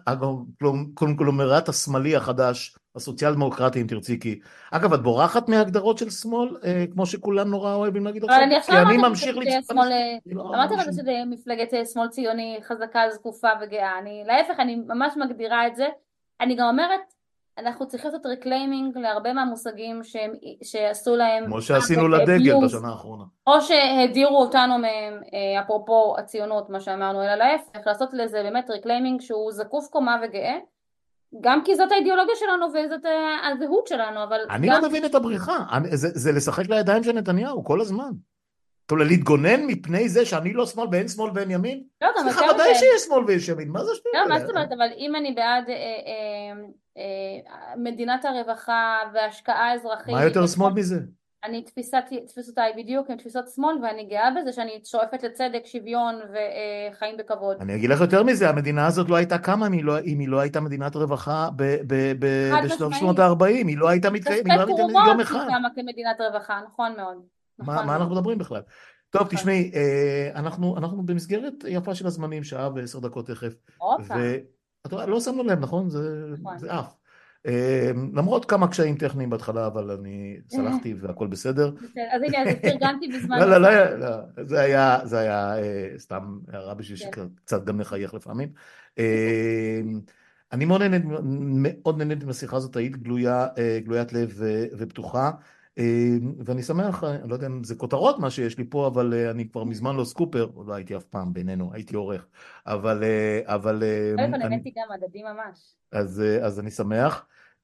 [SPEAKER 1] הקונגלומרט השמאלי החדש, הסוציאל דמוקרטי אם תרצי, כי אגב את בורחת מההגדרות של שמאל, אה, כמו שכולם נורא אוהבים להגיד
[SPEAKER 2] אבל
[SPEAKER 1] עכשיו,
[SPEAKER 2] אני עכשיו
[SPEAKER 1] כי אני
[SPEAKER 2] אמרתי לך
[SPEAKER 1] ממשיך
[SPEAKER 2] שזה
[SPEAKER 1] לצפות,
[SPEAKER 2] שמאל,
[SPEAKER 1] אני לא
[SPEAKER 2] אמרתי לך
[SPEAKER 1] בשביל...
[SPEAKER 2] שזה מפלגת שמאל ציוני חזקה, זקופה וגאה. אני, להפך, אני ממש מגדירה את זה. אני גם אומרת, אנחנו צריכים לעשות ריקליימינג להרבה מהמושגים שהם, שעשו להם
[SPEAKER 1] כמו שעשינו לדגל
[SPEAKER 2] אביוז,
[SPEAKER 1] בשנה האחרונה.
[SPEAKER 2] או שהדירו אותנו מהם, אה, אפרופו הציונות, מה שאמרנו, אלא להפך, לעשות לזה באמת ריקליימינג שהוא זקוף קומה וגאה, גם כי זאת האידיאולוגיה שלנו וזאת אה, הזהות שלנו, אבל
[SPEAKER 1] אני
[SPEAKER 2] גם...
[SPEAKER 1] לא מבין את הבריחה, אני, זה, זה לשחק לידיים של נתניהו כל הזמן. טוב, להתגונן מפני זה שאני לא שמאל ואין שמאל ואין ימין?
[SPEAKER 2] לא, גם
[SPEAKER 1] סליחה,
[SPEAKER 2] יותר
[SPEAKER 1] ודאי
[SPEAKER 2] מזה,
[SPEAKER 1] שיש שמאל ויש ימין, מה זה השטויות
[SPEAKER 2] לא, מה
[SPEAKER 1] האלה?
[SPEAKER 2] זאת אומרת, אבל אם אני בעד אה, אה, אה, מדינת הרווחה והשקעה
[SPEAKER 1] מה
[SPEAKER 2] אזרחית,
[SPEAKER 1] יותר שמאל מזה?
[SPEAKER 2] אני תפיסת, תפיסותיי בדיוק עם תפיסות שמאל, ואני גאה בזה שאני שואפת לצדק, שוויון וחיים בכבוד.
[SPEAKER 1] אני אגיד לך יותר מזה, המדינה הזאת לא הייתה קמה אם היא לא, אם היא לא הייתה מדינת רווחה ב, ב, ב,
[SPEAKER 2] חד
[SPEAKER 1] בשנות שנות
[SPEAKER 2] משמעית.
[SPEAKER 1] ה-ארבעים, היא לא הייתה מתקיימת, היא
[SPEAKER 2] כספי
[SPEAKER 1] לא הייתה יום
[SPEAKER 2] תרומות היא
[SPEAKER 1] אחד.
[SPEAKER 2] קמה כמדינת רווחה, נכון מאוד.
[SPEAKER 1] מה,
[SPEAKER 2] נכון
[SPEAKER 1] מה
[SPEAKER 2] מאוד.
[SPEAKER 1] אנחנו מדברים בכלל? טוב,
[SPEAKER 2] נכון.
[SPEAKER 1] תשמעי, אה, אנחנו, אנחנו במסגרת יפה של הזמנים, שעה ועשר דקות תכף,
[SPEAKER 2] הופה,
[SPEAKER 1] ואת רואה, לא שמנו לב, נכון? זה,
[SPEAKER 2] נכון.
[SPEAKER 1] זה אף. אה, למרות כמה קשיים טכניים בהתחלה, אבל אני סלחתי והכל בסדר.
[SPEAKER 2] בסדר, אז הנה, אז פרגנתי בזמן
[SPEAKER 1] לא, לא,
[SPEAKER 2] מסוים.
[SPEAKER 1] לא, לא, זה היה, זה היה אה, סתם הערה בשביל
[SPEAKER 2] כן.
[SPEAKER 1] שקצת גם נחייך לפעמים. אה, אני מאוד נהנית, מאוד נהנית מהשיחה הזאת, היית גלויה, אה, גלוית לב ו- ופתוחה, אה, ואני שמח, אה, אני לא יודע אם זה כותרות מה שיש לי פה, אבל אה, אני כבר מזמן לא סקופר, לא הייתי אף פעם בינינו, הייתי עורך, אבל, אה, אבל אה,
[SPEAKER 2] קודם כל
[SPEAKER 1] אני,
[SPEAKER 2] נהניתי גם הדדי ממש.
[SPEAKER 1] אז, אה, אז אני שמח.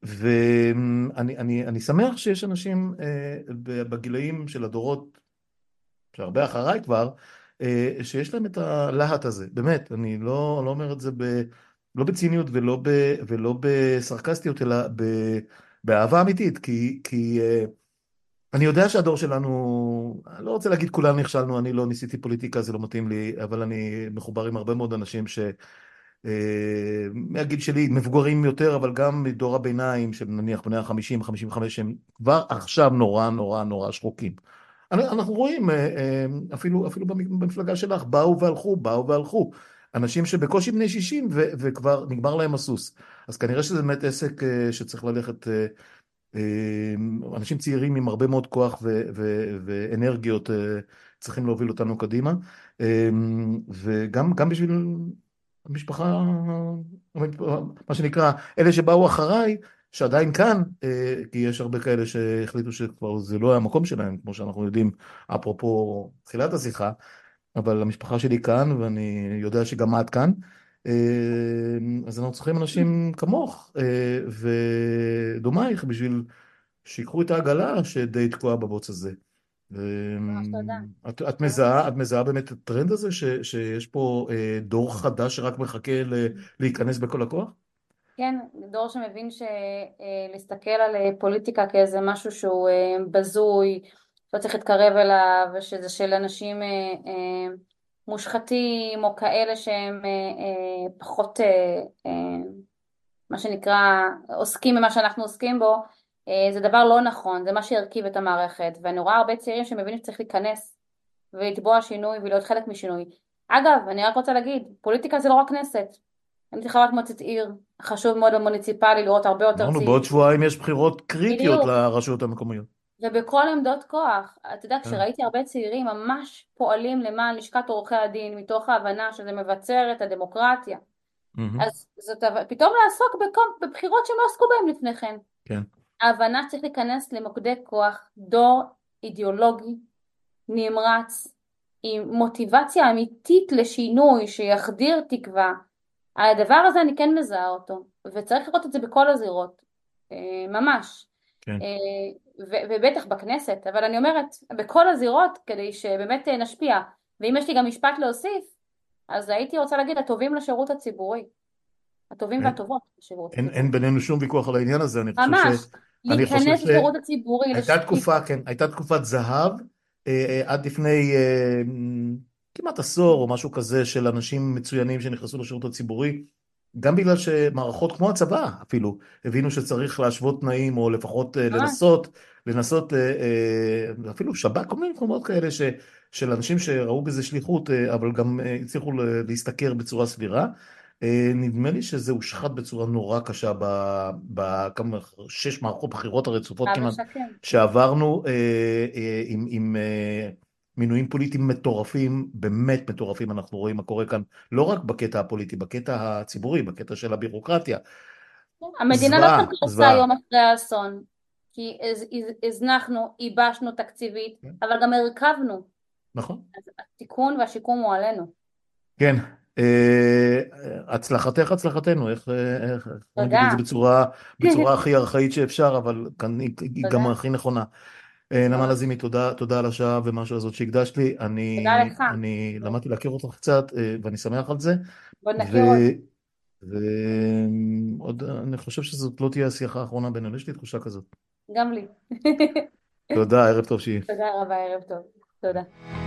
[SPEAKER 1] ואני אני, אני שמח שיש אנשים אה, בגילאים של הדורות שהרבה אחריי כבר, אה, שיש להם את הלהט הזה, באמת, אני לא, לא אומר את זה ב, לא בציניות ולא, ב, ולא בסרקסטיות, אלא ב, באהבה אמיתית, כי, כי אה, אני יודע שהדור שלנו, אני לא רוצה להגיד כולנו נכשלנו, אני לא ניסיתי פוליטיקה, זה לא מתאים לי, אבל אני מחובר עם הרבה מאוד אנשים ש... אה, מהגיל שלי, מבוגרים יותר, אבל גם מדור הביניים, שנניח בני ה-חמישים, חמישים וחמש, שהם כבר עכשיו נורא נורא נורא שחוקים. אנחנו רואים, אה, אה, אפילו, אפילו במפלגה שלך, באו והלכו, באו והלכו. אנשים שבקושי בני שישים ו- וכבר נגמר להם הסוס. אז כנראה שזה באמת עסק אה, שצריך ללכת, אה, אה, אנשים צעירים עם הרבה מאוד כוח ו- ו- ואנרגיות אה, צריכים להוביל אותנו קדימה. אה, וגם גם בשביל המשפחה, מה שנקרא, אלה שבאו אחריי, שעדיין כאן, אה, כי יש הרבה כאלה שהחליטו שכבר זה לא היה המקום שלהם, כמו שאנחנו יודעים, אפרופו תחילת השיחה, אבל המשפחה שלי כאן, ואני יודע שגם את כאן, אה, אז אנחנו צריכים אנשים כמוך אה, ודומייך בשביל שיקחו את העגלה שדי תקועה בבוץ הזה.
[SPEAKER 2] ממש תודה.
[SPEAKER 1] את, את
[SPEAKER 2] ממש
[SPEAKER 1] מזהה, את מזהה באמת את הטרנד הזה ש, שיש פה אה, דור חדש שרק מחכה ל, להיכנס בכל הכוח?
[SPEAKER 2] כן, דור שמבין שלהסתכל על אה, פוליטיקה כאיזה משהו שהוא אה, בזוי, לא צריך להתקרב אליו, ושזה של אנשים אה, אה, מושחתים, או כאלה שהם אה, אה, פחות, אה, אה, מה שנקרא, עוסקים במה שאנחנו עוסקים בו, אה, זה דבר לא נכון, זה מה שהרכיב את המערכת. ואני רואה הרבה צעירים שמבינים שצריך להיכנס ולתבוע שינוי ולהיות חלק משינוי. אגב, אני רק רוצה להגיד, פוליטיקה זה לא רק כנסת. אני הייתי חברת מועצת עיר, חשוב מאוד במוניציפלי לראות הרבה יותר
[SPEAKER 1] אמרנו,
[SPEAKER 2] צעירים.
[SPEAKER 1] בעוד שבועיים יש בחירות קריטיות
[SPEAKER 2] בדיוק,
[SPEAKER 1] לרשויות המקומיות.
[SPEAKER 2] ובכל עמדות כוח. אתה יודע,
[SPEAKER 1] כן.
[SPEAKER 2] כשראיתי הרבה צעירים ממש פועלים למען לשכת עורכי הדין, מתוך ההבנה שזה מבצר את הדמוקרטיה,
[SPEAKER 1] מהמם.
[SPEAKER 2] אז זאת פתאום לעסוק בכל, בבחירות שהם לא עסקו בהן לפני כן.
[SPEAKER 1] כן.
[SPEAKER 2] ההבנה שצריך להיכנס למוקדי כוח, דור אידיאולוגי, נמרץ, עם מוטיבציה אמיתית לשינוי, שיחדיר תקווה. הדבר הזה אני כן מזהה אותו, וצריך לראות את זה בכל הזירות, אה, ממש.
[SPEAKER 1] כן.
[SPEAKER 2] אה, ו- ובטח בכנסת, אבל אני אומרת, בכל הזירות, כדי שבאמת אה, נשפיע. ואם יש לי גם משפט להוסיף, אז הייתי רוצה להגיד, הטובים לשירות הציבורי. הטובים
[SPEAKER 1] אין,
[SPEAKER 2] והטובות לשירות
[SPEAKER 1] אין, אין
[SPEAKER 2] הציבורי.
[SPEAKER 1] בינינו שום ויכוח על העניין הזה. אני חושב ש...
[SPEAKER 2] ממש,
[SPEAKER 1] אני חושב
[SPEAKER 2] להיכנס לשירות הציבורי,
[SPEAKER 1] שהייתה
[SPEAKER 2] להשפיע.
[SPEAKER 1] תקופה, כן, הייתה תקופת זהב, אה, אה, עד לפני אה, כמעט עשור או משהו כזה של אנשים מצוינים שנכנסו לשירות הציבורי, גם בגלל שמערכות כמו הצבא אפילו הבינו שצריך להשוות תנאים או לפחות אה,
[SPEAKER 2] ממש.
[SPEAKER 1] לנסות, לנסות אה, אה, אפילו שב"כ, כל מיני מקומות כאלה ש, של אנשים שראו בזה שליחות, אה, אבל גם אה, הצליחו ל- להשתכר בצורה סבירה. אה, נדמה לי שזה הושחת בצורה נורא קשה בכמה, שש מערכות בחירות הרצופות
[SPEAKER 2] אבי
[SPEAKER 1] כמעט
[SPEAKER 2] שקד.
[SPEAKER 1] שעברנו, אה, אה, עם, עם אה, מינויים פוליטיים מטורפים, באמת מטורפים. אנחנו רואים מה קורה כאן, לא רק בקטע הפוליטי, בקטע הציבורי, בקטע של הבירוקרטיה.
[SPEAKER 2] המדינה לא סתם
[SPEAKER 1] זוועה,
[SPEAKER 2] קרסה
[SPEAKER 1] זוועה.
[SPEAKER 2] היום אחרי האסון, כי הז- הז- הזנחנו, ייבשנו תקציבית, אבל גם הרכבנו.
[SPEAKER 1] נכון.
[SPEAKER 2] אז התיקון והשיקום הוא עלינו.
[SPEAKER 1] כן. אה, הצלחתך הצלחתנו, איך, אה, איך, איך נגיד את
[SPEAKER 2] תודה.
[SPEAKER 1] זה בצורה, בצורה הכי ארכאית שאפשר, אבל כאן היא, היא גם
[SPEAKER 2] תודה.
[SPEAKER 1] הכי נכונה. אה, נעמה
[SPEAKER 2] ממש.
[SPEAKER 1] לזימי, תודה, תודה על השעה ומשהו הזאת שהקדשת לי.
[SPEAKER 2] תודה
[SPEAKER 1] אני,
[SPEAKER 2] לך.
[SPEAKER 1] אני למדתי להכיר אותך קצת, אה, ואני שמח על זה.
[SPEAKER 2] בוא
[SPEAKER 1] ו,
[SPEAKER 2] נכיר עוד.
[SPEAKER 1] ועוד, אני חושב שזאת לא תהיה השיחה האחרונה בינינו, יש לי תחושה כזאת.
[SPEAKER 2] גם לי.
[SPEAKER 1] תודה, ערב טוב שיהיה.
[SPEAKER 2] תודה רבה, ערב טוב. תודה.